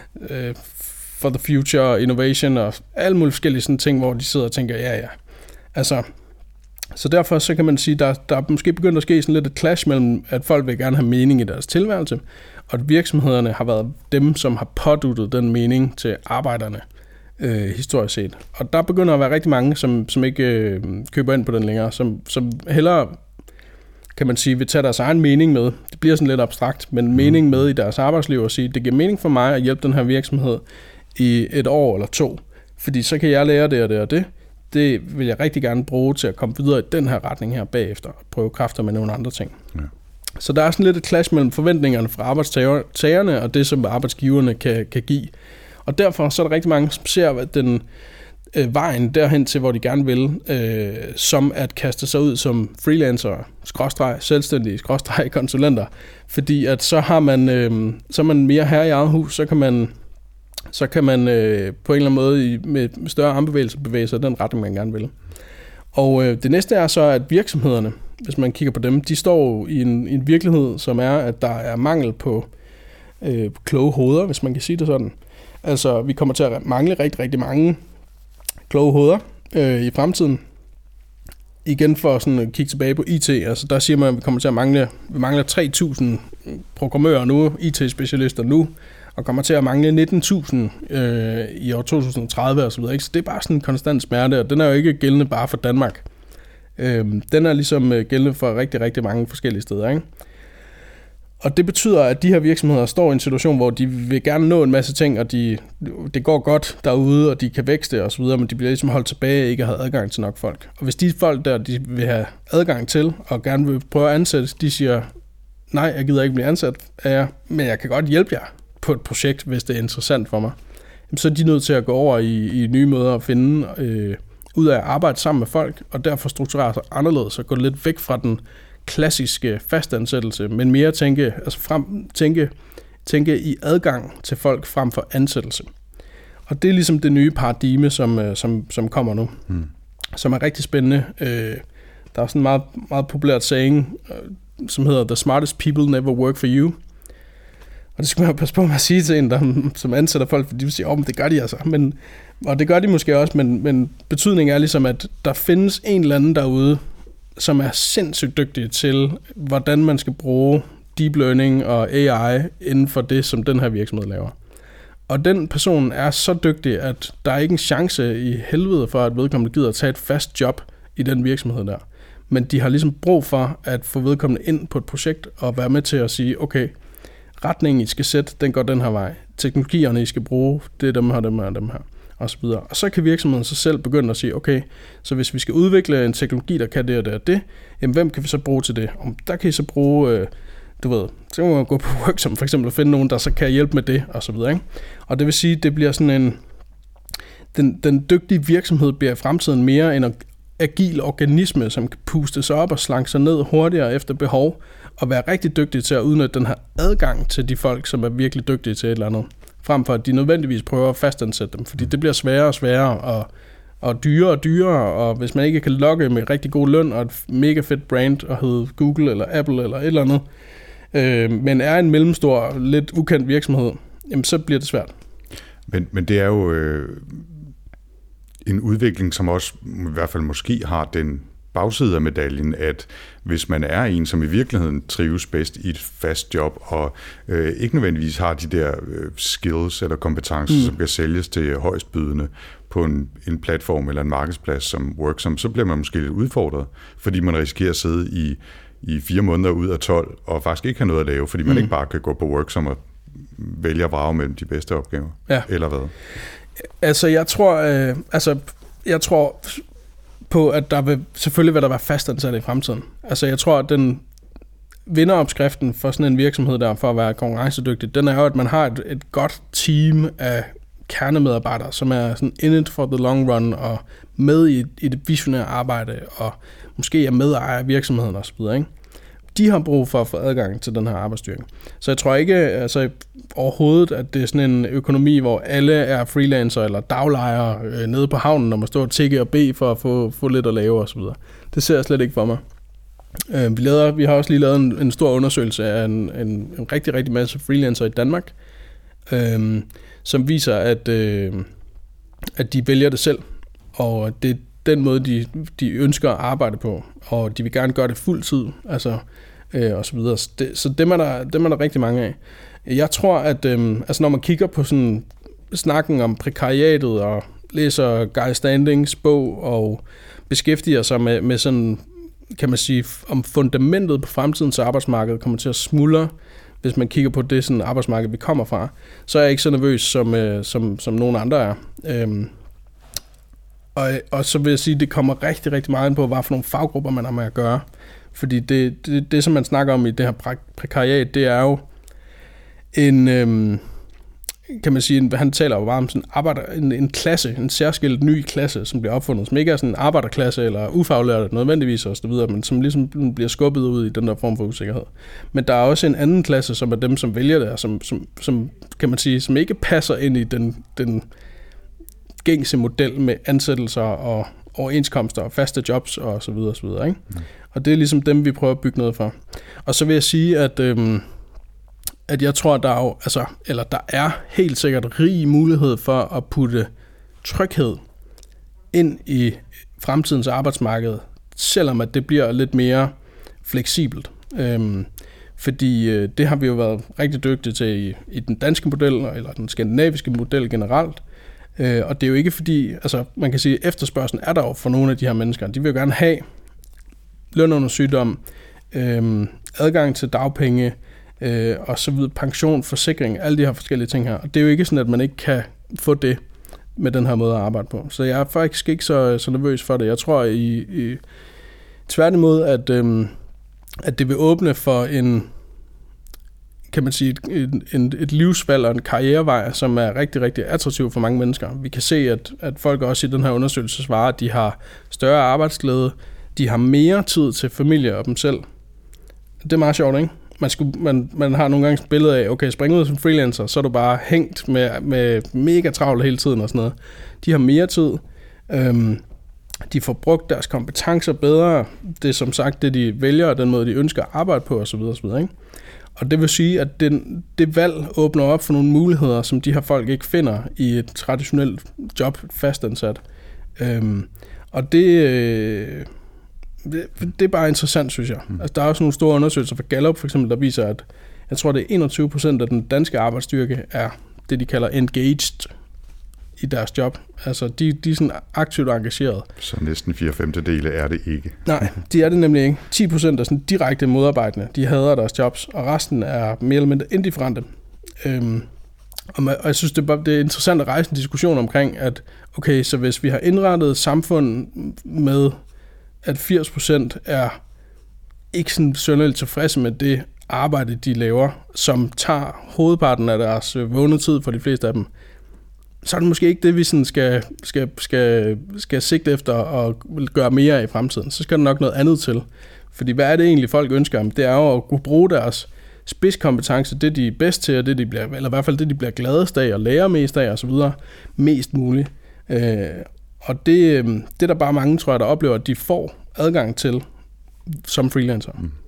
for the future og innovation og alle mulige forskellige sådan ting, hvor de sidder og tænker, ja. Altså, så derfor så kan man sige, der er måske begyndt at ske sådan lidt et clash mellem, at folk vil gerne have mening i deres tilværelse, og at virksomhederne har været dem, som har påduttet den mening til arbejderne historisk set. Og der begynder at være rigtig mange, som ikke køber ind på den længere, som hellere, kan man sige, vil tage deres egen mening med. Det bliver sådan lidt abstrakt, men mening med i deres arbejdsliv og sige, det giver mening for mig at hjælpe den her virksomhed i 1 år eller 2, fordi så kan jeg lære det og det og det. Det vil jeg rigtig gerne bruge til at komme videre i den her retning her bagefter, og prøve kræfter med nogle andre ting. Ja. Så der er sådan lidt et clash mellem forventningerne fra arbejdstagerne og det, som arbejdsgiverne kan give. Og derfor så er der rigtig mange, som ser den vejen derhen til, hvor de gerne vil, som at kaste sig ud som freelancer, selvstændige, konsulenter. Fordi at så er man mere herre i eget hus, så kan man på en eller anden måde med større armbevægelser bevæge sig i den retning, man gerne vil. Og det næste er så, at virksomhederne, hvis man kigger på dem, de står i en virkelighed, som er, at der er mangel på kloge hoveder, hvis man kan sige det sådan. Altså, vi kommer til at mangle rigtig, rigtig mange kloge hoveder i fremtiden. Igen for sådan at kigge tilbage på IT, altså der siger man, at vi kommer til at mangle 3.000 programmører nu, IT-specialister nu, og kommer til at mangle 19.000 i år 2030 og så videre. Ikke? Så det er bare sådan en konstant smerte, og den er jo ikke gældende bare for Danmark. Den er ligesom gældende for rigtig, rigtig mange forskellige steder. Ikke? Og det betyder, at de her virksomheder står i en situation, hvor de vil gerne nå en masse ting, og det går godt derude, og de kan vækste og så videre, men de bliver ligesom holdt tilbage og ikke har adgang til nok folk. Og hvis de folk der, de vil have adgang til, og gerne vil prøve at ansætte, de siger, nej, jeg gider ikke blive ansat af jer, men jeg kan godt hjælpe jer på et projekt, hvis det er interessant for mig. Så er de nødt til at gå over i nye måder at finde ud af at arbejde sammen med folk, og derfor strukturere sig anderledes og gå lidt væk fra den klassiske fastansættelse, men mere tænke i adgang til folk frem for ansættelse. Og det er ligesom det nye paradigme, som kommer nu, som er rigtig spændende. Der er sådan en meget, meget populært saying, som hedder, "The smartest people never work for you." Og det skal man jo passe på med at sige til en, som ansætter folk, fordi de vil sige, men det gør de altså. Og det gør de måske også, men betydningen er ligesom, at der findes en eller anden derude, som er sindssygt dygtig til, hvordan man skal bruge deep learning og AI inden for det, som den her virksomhed laver. Og den person er så dygtig, at der er ikke en chance i helvede for, at vedkommende gider at tage et fast job i den virksomhed der. Men de har ligesom brug for at få vedkommende ind på et projekt og være med til at sige, okay, retningen I skal sætte, den går den her vej. Teknologierne I skal bruge, det er dem her, dem her, dem her, og så videre. Og så kan virksomheden så selv begynde at sige, okay, så hvis vi skal udvikle en teknologi, der kan det og det og det, jamen hvem kan vi så bruge til det? Og der kan I så bruge, så kan man gå på Worksom for eksempel og finde nogen, der så kan hjælpe med det, og så videre. Ikke? Og det vil sige, det bliver sådan den dygtige virksomhed bliver i fremtiden mere en agil organisme, som kan puste sig op og slanke sig ned hurtigere efter behov, og være rigtig dygtig til at udnytte den her adgang til de folk, som er virkelig dygtige til et eller andet, frem for at de nødvendigvis prøver at fastansætte dem, fordi det bliver sværere og sværere, og dyrere og dyrere, og hvis man ikke kan logge med rigtig god løn og et mega fedt brand, og hedde Google eller Apple eller et eller andet, men er en mellemstor, lidt ukendt virksomhed, jamen så bliver det svært. Men det er jo en udvikling, som også i hvert fald måske har den bagside af medaljen, at hvis man er en, som i virkeligheden trives bedst i et fast job, og ikke nødvendigvis har de der skills eller kompetencer, som kan sælges til højstbydende på en platform eller en markedsplads som Worksom, så bliver man måske lidt udfordret, fordi man risikerer at sidde i 4 måneder ud af 12, og faktisk ikke have noget at lave, fordi man ikke bare kan gå på Worksom og vælge at vrage mellem de bedste opgaver, eller hvad? Altså, jeg tror på, at selvfølgelig vil der være fastansatte i fremtiden. Altså, jeg tror, at den vinderopskriften for sådan en virksomhed der, for at være konkurrencedygtig, den er jo, at man har et godt team af kernemedarbejdere, som er sådan in it for the long run, og med i det visionære arbejde, og måske er medejer af virksomheden osv., ikke? De har brug for at få adgang til den her arbejdsstyrke. Så jeg tror ikke overhovedet, at det er sådan en økonomi, hvor alle er freelancer eller daglejere nede på havnen, når man står og tigger og beder for at få lidt at lave osv. Det ser jeg slet ikke for mig. Vi har også lige lavet en stor undersøgelse af en rigtig, rigtig masse freelancer i Danmark, som viser, at de vælger det selv, og det er den måde, de ønsker at arbejde på, og de vil gerne gøre det fuld tid, altså, og så videre. Så dem er der rigtig mange af. Jeg tror, at når man kigger på sådan snakken om prekariatet, og læser Guy Standings bog, og beskæftiger sig med sådan, kan man sige, om fundamentet på fremtidens arbejdsmarked kommer til at smuldre, hvis man kigger på det sådan arbejdsmarked, vi kommer fra, så er jeg ikke så nervøs, som nogen andre er. Og så vil jeg sige, at det kommer rigtig, rigtig meget ind på, hvad for nogle faggrupper man har med at gøre. Fordi det som man snakker om i det her prekariat, det er jo kan man sige, han taler jo bare om sådan en klasse, en særskilt ny klasse, som bliver opfundet, som ikke er sådan en arbejderklasse eller ufaglært nødvendigvis og så videre, men som ligesom bliver skubbet ud i den der form for usikkerhed. Men der er også en anden klasse, som er dem, som vælger det, som kan man sige, som ikke passer ind i den gængse model med ansættelser og overenskomster og faste jobs og så videre, ikke? Og det er ligesom dem, vi prøver at bygge noget for. Og så vil jeg sige, at jeg tror, der er helt sikkert rig mulighed for at putte tryghed ind i fremtidens arbejdsmarked, selvom at det bliver lidt mere fleksibelt. Fordi det har vi jo været rigtig dygtige til i den danske model, eller den skandinaviske model generelt. Og det er jo ikke fordi, man kan sige, at efterspørgslen er der jo for nogle af de her mennesker. De vil jo gerne have løn under sygdom, adgang til dagpenge, og så videre, pension, forsikring, alle de her forskellige ting her. Og det er jo ikke sådan, at man ikke kan få det med den her måde at arbejde på. Så jeg er faktisk ikke så nervøs for det. Jeg tror tværtimod, at det vil åbne for kan man sige, et livsvalg og en karrierevej, som er rigtig, rigtig attraktiv for mange mennesker. Vi kan se, at folk også i den her undersøgelse svarer, at de har større arbejdsglæde, de har mere tid til familie og dem selv. Det er meget sjovt, ikke? Man har nogle gange et billede af, okay, spring ud som freelancer, så er du bare hængt med mega travlt hele tiden og sådan noget. De har mere tid. De får brugt deres kompetencer bedre. Det er som sagt det, de vælger, og den måde, de ønsker at arbejde på, osv. Ikke? Og det vil sige, at det valg åbner op for nogle muligheder, som de her folk ikke finder i et traditionelt job fastansat. Og det er bare interessant, synes jeg. Altså, der er også nogle store undersøgelser fra Gallup, for eksempel, der viser, at jeg tror, det er 21% af den danske arbejdsstyrke er det, de kalder engaged i deres job. Altså, de er sådan aktivt engageret. Så næsten 4/5 er det ikke. Nej, de er det nemlig ikke. 10% er sådan direkte modarbejdende. De hader deres jobs, og resten er mere eller mindre indifferente. Og jeg synes, det er interessant at rejse en diskussion omkring, at okay, så hvis vi har indrettet samfund med, at 80% er ikke sådan sønderligt tilfredse med det arbejde, de laver, som tager hovedparten af deres vågne tid for de fleste af dem, så er det måske ikke det, vi sådan skal sigte efter og gøre mere af i fremtiden. Så skal der nok noget andet til. Fordi hvad er det egentlig, folk ønsker? Det er jo at kunne bruge deres spidskompetence, det de er bedst til, og det de bliver, eller i hvert fald det, de bliver gladest af, og lærer mest af, og så videre, mest muligt. Og det er der bare mange, tror jeg, der oplever, at de får adgang til som freelancer.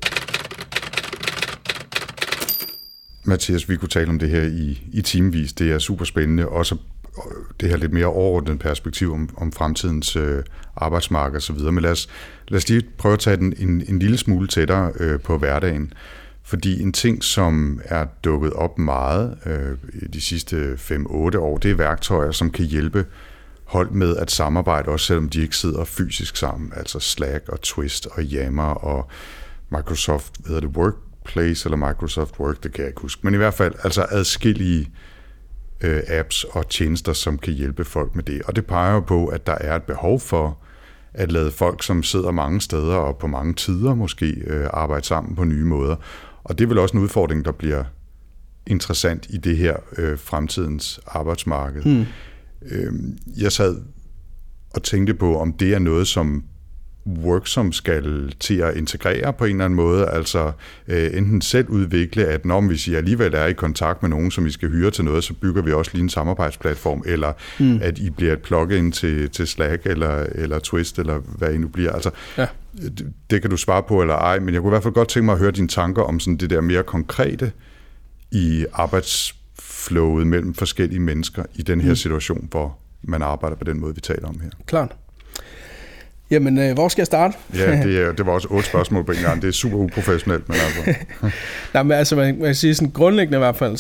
Mathias, vi kunne tale om det her i timevis. Det er super spændende. Også det her lidt mere overordnede perspektiv om fremtidens arbejdsmarked og så videre. Men lad os lige prøve at tage den en lille smule tættere på hverdagen. Fordi en ting, som er dukket op meget de sidste 5-8 år, det er værktøjer, som kan hjælpe hold med at samarbejde, også selvom de ikke sidder fysisk sammen. Altså Slack og Twist og Yammer og Microsoft, hvad hedder det, Workplace eller Microsoft Work, det kan jeg ikke huske. Men i hvert fald altså adskillige apps og tjenester, som kan hjælpe folk med det. Og det peger jo på, at der er et behov for at lade folk, som sidder mange steder og på mange tider måske, arbejde sammen på nye måder. Og det er vel også en udfordring, der bliver interessant i det her fremtidens arbejdsmarked. Jeg sad og tænkte på, om det er noget, som Worksom skal til at integrere på en eller anden måde, altså enten selv udvikle, at når hvis I alligevel er i kontakt med nogen, som I skal hyre til noget, så bygger vi også lige en samarbejdsplatform, eller at I bliver et plugin til Slack eller Twist, eller hvad I nu bliver. Altså, ja. Det kan du svare på eller ej, men jeg kunne i hvert fald godt tænke mig at høre dine tanker om sådan det der mere konkrete i arbejdsflowet mellem forskellige mennesker i den her situation, hvor man arbejder på den måde, vi taler om her. Klart. Jamen, hvor skal jeg starte? Ja, det var også 8 spørgsmål på en gang. Det er super uprofessionelt, men altså... Nej, men altså, man kan sige sådan grundlæggende i hvert fald,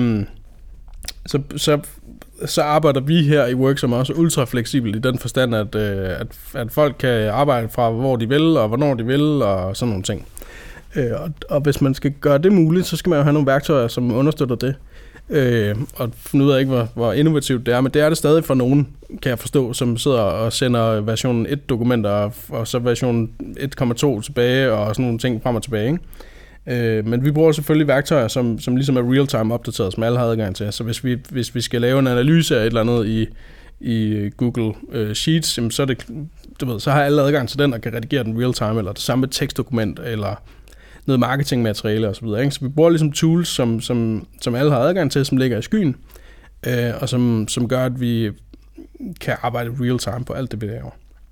så arbejder vi her i Worksom også ultra fleksibelt i den forstand, at folk kan arbejde fra, hvor de vil, og hvornår de vil, og sådan nogle ting. Og hvis man skal gøre det muligt, så skal man jo have nogle værktøjer, som understøtter det. Og finde ud af ikke, hvor innovativt det er, men det er det stadig for nogen, kan jeg forstå, som sidder og sender version 1 dokumenter, og så version 1,2 tilbage, og sådan nogle ting frem og tilbage, ikke? Men vi bruger selvfølgelig værktøjer, som ligesom er real-time opdateret, som alle har adgang til. Så hvis vi skal lave en analyse af et eller andet i Google Sheets, så er det, så har alle adgang til den, og kan redigere den real-time, eller det samme tekstdokument, eller noget marketingmateriale og så videre, ikke? Så vi bruger ligesom tools, som alle har adgang til, som ligger i skyen, og som gør, at vi kan arbejde real time på alt det, vi laver.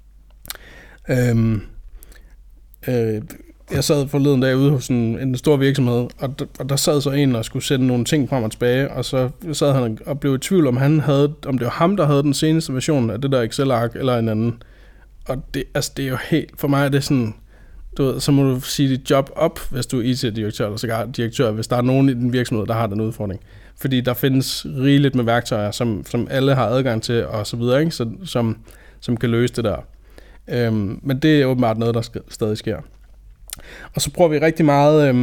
Jeg sad forleden dag ude hos en stor virksomhed, og der sad så en og skulle sende nogle ting frem og tilbage, og så sad han og blev i tvivl, om det var ham, der havde den seneste version af det der Excel-ark, eller en anden. Og det er jo helt, for mig er det sådan, du ved, så må du sige dit job op, hvis du er IT-direktør eller sågar direktør, hvis der er nogen i den virksomhed, der har den udfordring. Fordi der findes rigeligt med værktøjer, som alle har adgang til, og så videre, ikke? Som kan løse det der. Men det er åbenbart noget, der stadig sker. Og så bruger vi rigtig meget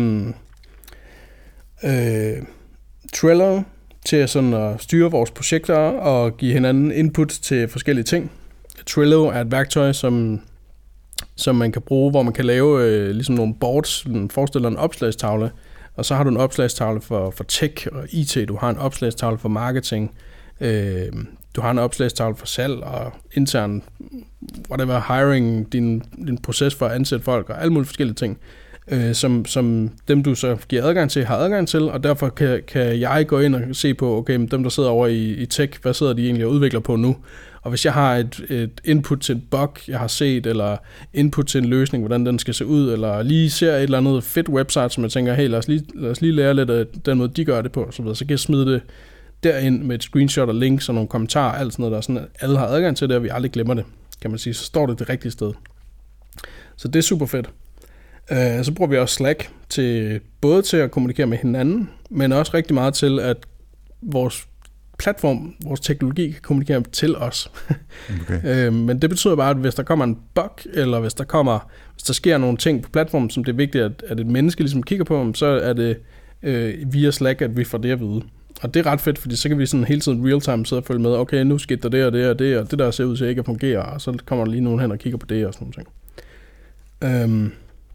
Trello til sådan at styre vores projekter og give hinanden input til forskellige ting. Trello er et værktøj, som man kan bruge, hvor man kan lave ligesom nogle boards, forestiller en opslagstavle, og så har du en opslagstavle for tech og IT, du har en opslagstavle for marketing, du har en opslagstavle for salg og intern, whatever, hiring, din proces for at ansætte folk og alle mulige forskellige ting, som dem du så giver adgang til, har adgang til, og derfor kan jeg gå ind og se på, okay, dem der sidder over i tech, hvad sidder de egentlig og udvikler på nu? Og hvis jeg har et input til en bug, jeg har set, eller input til en løsning, hvordan den skal se ud, eller lige ser et eller andet fedt website, som jeg tænker, hey, lad os lige lære lidt af den måde, de gør det på, så kan jeg smide det derind med et screenshot og links og nogle kommentarer, alt sådan noget, der sådan, at alle har adgang til det, og vi aldrig glemmer det, kan man sige. Så står det rigtige sted. Så det er super fedt. Så bruger vi også Slack både til at kommunikere med hinanden, men også rigtig meget til, at vores platform, vores teknologi kan kommunikere til os. Okay. Men det betyder bare, at hvis der kommer en bug, eller hvis der sker nogle ting på platformen, som det er vigtigt, at et menneske ligesom kigger på, så er det via Slack, at vi får det at vide. Og det er ret fedt, fordi så kan vi sådan hele tiden real-time sidde og følge med, okay, nu skete der det og det og det, og det der ser ud til ikke at fungere, og så kommer der lige nogen hen og kigger på det og sådan nogle ting.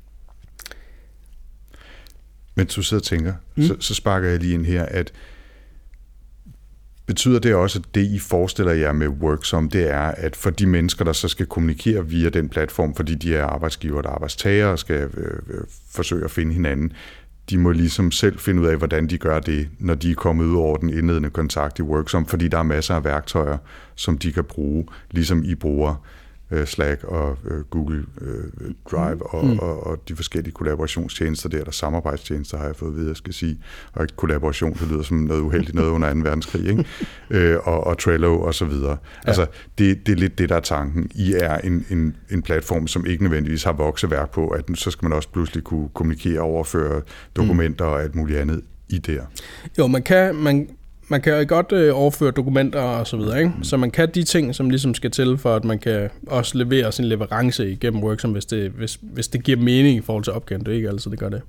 Mens du sidder og tænker, så sparker jeg lige ind her, at betyder det også, at det I forestiller jer med Worksom, det er, at for de mennesker, der så skal kommunikere via den platform, fordi de er arbejdsgiver og arbejdstagere og skal forsøge at finde hinanden, de må ligesom selv finde ud af, hvordan de gør det, når de er kommet ud over den indledende kontakt i Worksom, fordi der er masser af værktøjer, som de kan bruge, ligesom I bruger Slack og Google Drive og de forskellige kollaborationstjenester der samarbejdstjenester, har jeg fået ved, jeg skal sige. Og ikke kollaboration, det lyder som noget uheldigt, noget under 2. verdenskrig, ikke? Og Trello og så videre. Ja. Altså, det er lidt det, der er tanken. I er en platform, som ikke nødvendigvis har vokseværk på, at så skal man også pludselig kunne kommunikere, overføre dokumenter og alt muligt andet i der. Jo, man kan godt overføre dokumenter og så videre, ikke? Så man kan de ting, som ligesom skal til, for at man kan også levere sin leverance igennem Worksom, hvis det giver mening i forhold til opgaven. Det er ikke altid, det gør det.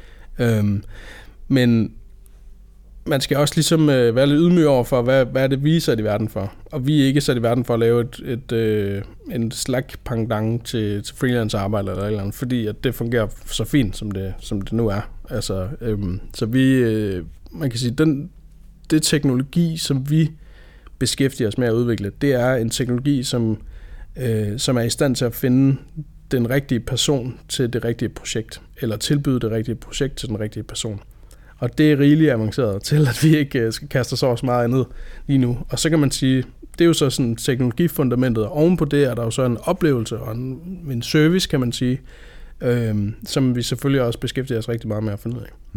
Men man skal også ligesom være lidt ydmyg over for, hvad er det, vi er sat i verden for. Og vi er ikke sat i verden for at lave en Slack-pendant til freelance-arbejde eller et eller andet, fordi at det fungerer så fint, som det nu er. Altså, så man kan sige, det teknologi, som vi beskæftiger os med at udvikle, det er en teknologi, som er i stand til at finde den rigtige person til det rigtige projekt, eller tilbyde det rigtige projekt til den rigtige person. Og det er rigeligt avanceret til, at vi ikke skal kaste os over så meget andet lige nu. Og så kan man sige, det er jo så sådan teknologifundamentet, og ovenpå det er der jo så en oplevelse og en service, kan man sige, som vi selvfølgelig også beskæftiger os rigtig meget med at finde ud af.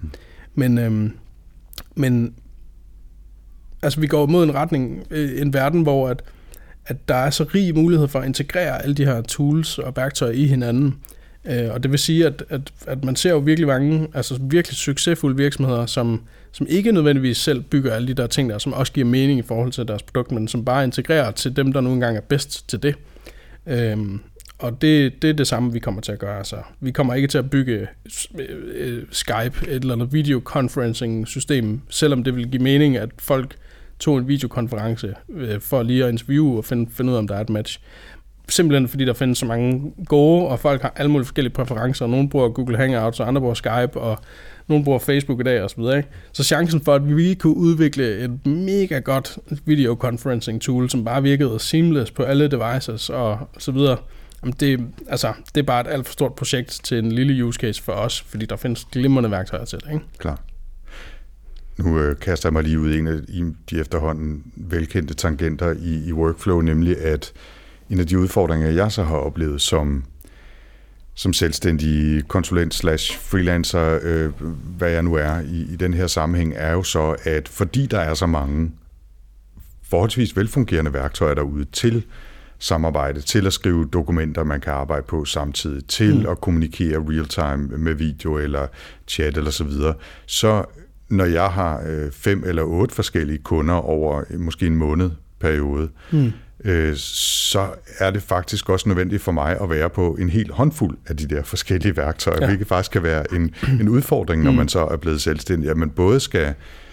Men altså, vi går mod en retning, en verden, hvor at der er så rig mulighed for at integrere alle de her tools og værktøjer i hinanden. Og det vil sige, at man ser jo virkelig mange, altså virkelig succesfulde virksomheder, som ikke nødvendigvis selv bygger alle de der ting der, som også giver mening i forhold til deres produkt, men som bare integrerer til dem, der nu engang er bedst til det. Og det er det samme, vi kommer til at gøre. Altså, vi kommer ikke til at bygge Skype, et eller andet videoconferencing-system, selvom det vil give mening, at folk tog en videokonference for lige at interviewe og finde ud af, om der er et match. Simpelthen fordi der findes så mange gode, og folk har alle mulige forskellige præferencer. Nogle bruger Google Hangouts, og andre bruger Skype, og nogle bruger Facebook i dag og så videre. Så chancen for, at vi kunne udvikle et mega godt videoconferencing tool, som bare virkede seamless på alle devices og så videre, det er bare et alt for stort projekt til en lille use case for os, fordi der findes glimrende værktøjer til det, ikke? Klar. Nu kaster jeg mig lige ud i en af de efterhånden velkendte tangenter i workflow, nemlig at en af de udfordringer, jeg så har oplevet som selvstændig konsulent/freelancer, hvad jeg nu er i den her sammenhæng, er jo så, at fordi der er så mange forholdsvis velfungerende værktøjer derude til samarbejde, til at skrive dokumenter, man kan arbejde på samtidig, til at kommunikere real-time med video eller chat eller så videre, så når jeg har 5 eller 8 forskellige kunder over måske en månedperiode, så er det faktisk også nødvendigt for mig at være på en hel håndfuld af de der forskellige værktøjer, hvilket faktisk kan være en udfordring, når man så er blevet selvstændig, at man både skal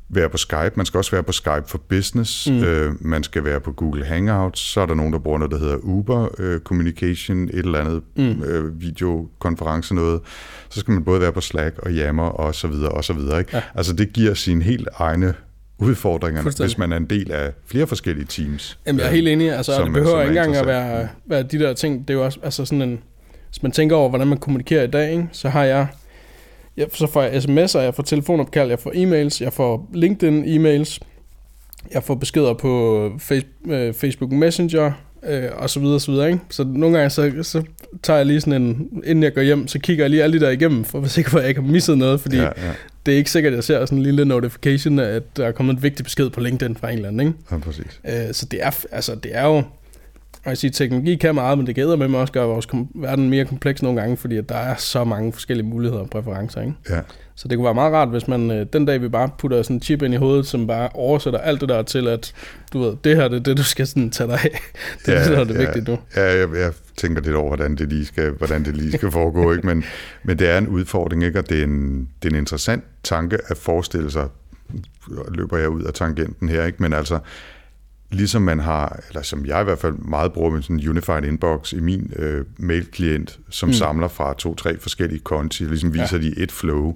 være på Skype. Man skal også være på Skype for Business. Man skal være på Google Hangouts. Så er der nogen, der bruger noget, der hedder Uber Communication, et eller andet videokonference noget. Så skal man både være på Slack og Yammer og så videre og så videre. Ikke? Ja. Altså det giver sine helt egne udfordringer, hvis man er en del af flere forskellige teams. Jamen, jeg er helt enig. Altså, det behøver ikke engang at være de der ting. Det er jo også altså sådan en... Hvis man tænker over, hvordan man kommunikerer i dag, ikke, så har så får jeg sms'er, jeg får telefonopkald, jeg får e-mails, jeg får LinkedIn-e-mails, jeg får beskeder på Facebook Messenger, og så videre, så videre, ikke? Så nogle gange, så tager jeg lige sådan en, inden jeg går hjem, så kigger jeg lige alle de der igennem, for at være sikker på, at jeg ikke har misset noget, fordi det er ikke sikkert, at jeg ser sådan en lille notification, at der er kommet en vigtig besked på LinkedIn fra en eller anden, ikke? Ja, præcis. Så det er jo, og jeg siger, teknologi kan meget, men det gælder med mig også gøre vores verden mere kompleks nogle gange, fordi at der er så mange forskellige muligheder og præferencer, ikke? Ja. Så det kunne være meget rart, hvis man den dag, vi bare putter sådan en chip ind i hovedet, som bare oversætter alt det der til, at du ved, det her det er det, du skal sådan tage dig af. Det er det vigtigt nu. Ja, jeg tænker lidt over, hvordan det lige skal foregå, ikke? Men det er en udfordring, ikke? Og det er en interessant tanke at forestille sig, løber jeg ud af tangenten her, ikke? Men altså, ligesom man har, eller som jeg i hvert fald meget bruger med sådan en unified inbox i min mail-klient, som samler fra 2-3 forskellige konti, ligesom viser de et flow.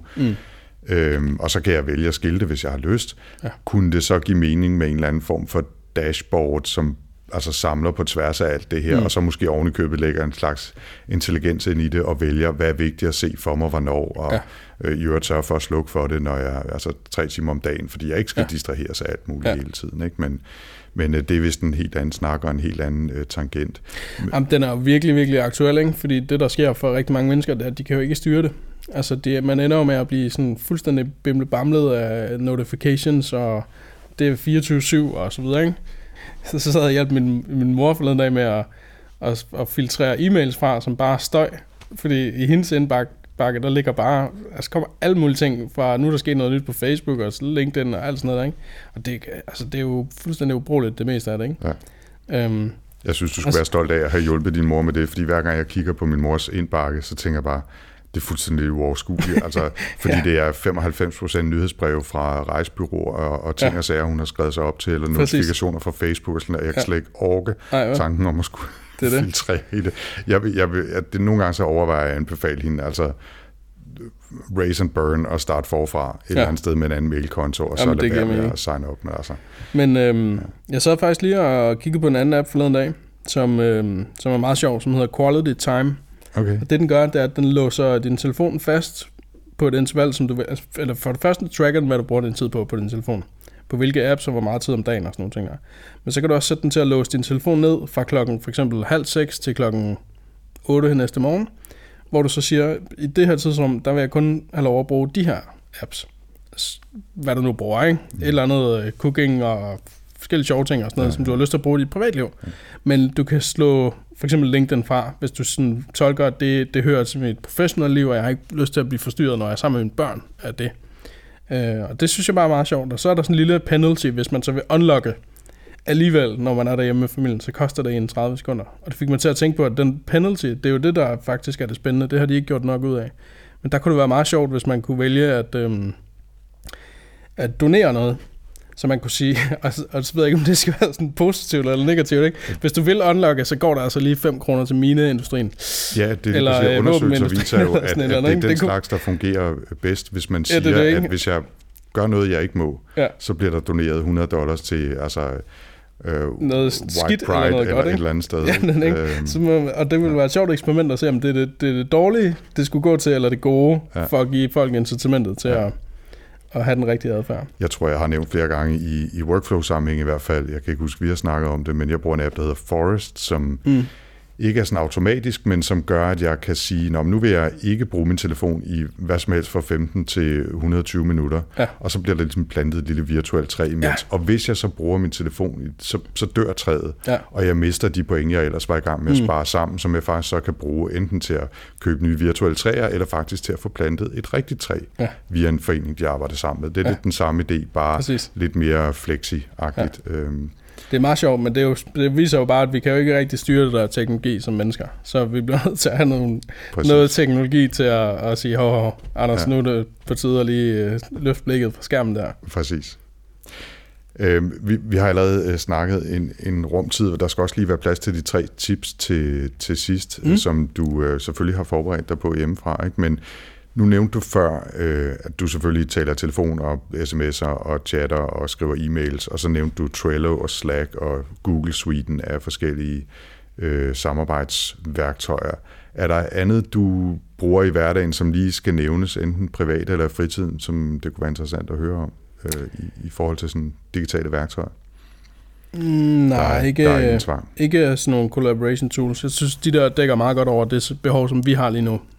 Og så kan jeg vælge at skille det, hvis jeg har lyst. Ja. Kunne det så give mening med en eller anden form for dashboard, som altså samler på tværs af alt det her, og så måske oven i købet lægger en slags intelligens ind i det, og vælger, hvad er vigtigt at se for mig, hvornår, og i øvrigt sørge for at slukke for det, når jeg altså 3 timer om dagen, fordi jeg ikke skal distraheres af alt muligt hele tiden, ikke? Men det er vist en helt anden snak og en helt anden tangent. Jamen, den er jo virkelig, virkelig aktuel, ikke? Fordi det, der sker for rigtig mange mennesker, det er, at de kan jo ikke styre det. Altså, man ender jo med at blive sådan fuldstændig bimlet af notifications, og det er 24/7 og så videre, ikke? Så sad jeg hjælp min mor forleden dag med at filtrere e-mails fra, som bare støj. Fordi i hendes indbakke, der ligger bare, altså kommer alle mulige ting fra, nu er der sket noget nyt på Facebook og LinkedIn og alt sådan noget, ikke? Og det er jo fuldstændig ubrugeligt, det meste af det, ikke? Ja. Jeg synes, du skulle være stolt af at have hjulpet din mor med det, fordi hver gang jeg kigger på min mors indbakke, så tænker jeg bare, det er fuldstændig uoverskueligt, altså, fordi det er 95% nyhedsbreve fra rejsebureauer og ting og sager, hun har skrevet sig op til, eller notifikationer fra Facebook og sådan der. Jeg kan slet ikke orke tanken om at skulle filtrere i det. Det nogle gange så overvejer jeg at anbefale hende, altså raise and burn og start forfra et eller andet sted med en anden mailkonto, og så lade være med at sign up med, altså. Men jeg sad faktisk lige og kiggede på en anden app forleden dag, som er meget sjov, som hedder Quality Time. Okay. Og det den gør, det er, at den låser din telefon fast på et interval, som du vil, eller for det første tracker den, hvad du bruger din tid på din telefon. På hvilke apps og hvor meget tid om dagen og sådan nogle ting der. Men så kan du også sætte den til at låse din telefon ned fra klokken for eksempel 5:30 til klokken 8 næste morgen, hvor du så siger, i det her tidsrum, der vil jeg kun have lov at bruge de her apps. Hvad du nu bruger, ikke? Et eller andet cooking og forskellige sjove ting og sådan noget, som du har lyst til at bruge i dit privatliv. Men du kan slå for eksempel LinkedIn fra, hvis du sådan tolker, at det hører til mit professionelle liv, og jeg har ikke lyst til at blive forstyrret, når jeg er sammen med mine børn af det. Og det synes jeg bare er meget sjovt. Og så er der sådan en lille penalty, hvis man så vil unlocke alligevel, når man er derhjemme med familien, så koster det 30 sekunder. Og det fik mig til at tænke på, at den penalty, det er jo det, der faktisk er det spændende. Det har de ikke gjort nok ud af. Men der kunne det være meget sjovt, hvis man kunne vælge at donere noget. Så man kunne sige, og så ved jeg ikke, om det skal være sådan positivt eller negativt, ikke? Hvis du vil unlocke, så går der altså lige 5 kroner til mineindustrien. Ja, det er undersøgelser viser jo, at det er den slags, der fungerer bedst, hvis man siger, at hvis jeg gør noget, jeg ikke må, så bliver der doneret $100 til, altså noget skidt eller noget godt, et eller andet sted. Ja, og det ville være et sjovt eksperiment at se, om det er det dårlige, det skulle gå til, eller det gode, for at give folk incitamentet til at have den rigtige adfærd. Jeg tror, jeg har nævnt flere gange i workflow-sammenhæng i hvert fald. Jeg kan ikke huske, vi har snakket om det, men jeg bruger en app, der hedder Forest, som ikke er sådan automatisk, men som gør, at jeg kan sige, nu vil jeg ikke bruge min telefon i hvad som helst fra 15 til 120 minutter, og så bliver der ligesom plantet et lille virtuelt træ imens. Ja. Og hvis jeg så bruger min telefon, så dør træet, og jeg mister de point, jeg ellers var i gang med at spare sammen, som jeg faktisk så kan bruge enten til at købe nye virtuelle træer, eller faktisk til at få plantet et rigtigt træ via en forening, de arbejder sammen med. Det er lidt den samme idé, bare lidt mere flexi-agtigt. Det er meget sjovt, men det viser jo bare, at vi kan jo ikke rigtig styre det der teknologi som mennesker. Så vi bliver nødt til at have noget teknologi til at sige, Anders, nu er det på tide at lige løfte blikket fra skærmen der. Præcis. Vi har allerede snakket en rumtid, og der skal også lige være plads til de 3 tips til sidst, som du selvfølgelig har forberedt dig på hjemmefra, ikke? Men nu nævnte du før, at du selvfølgelig taler telefon og sms'er og chatter og skriver e-mails, og så nævnte du Trello og Slack og Google-suiten af forskellige samarbejdsværktøjer. Er der andet, du bruger i hverdagen, som lige skal nævnes, enten privat eller fritiden, som det kunne være interessant at høre om i forhold til sådan digitale værktøjer? Nej, ikke sådan nogle collaboration tools. Jeg synes, de der dækker meget godt over det behov, som vi har lige nu.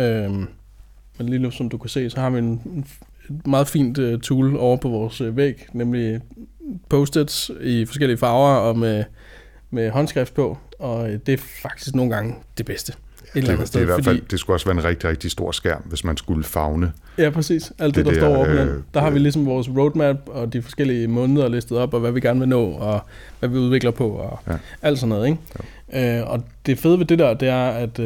Men lige nu, som du kan se, så har vi et meget fint tool over på vores væg, nemlig post-its i forskellige farver og med håndskrift på, og det er faktisk nogle gange det bedste. Det er i hvert fald, det skulle også være en rigtig, rigtig stor skærm, hvis man skulle favne. Ja, præcis. Alt det der står over på den. Der har vi ligesom vores roadmap og de forskellige måneder listet op, og hvad vi gerne vil nå, og hvad vi udvikler på, og alt sådan noget, ikke? Og det fede ved det der, det er, at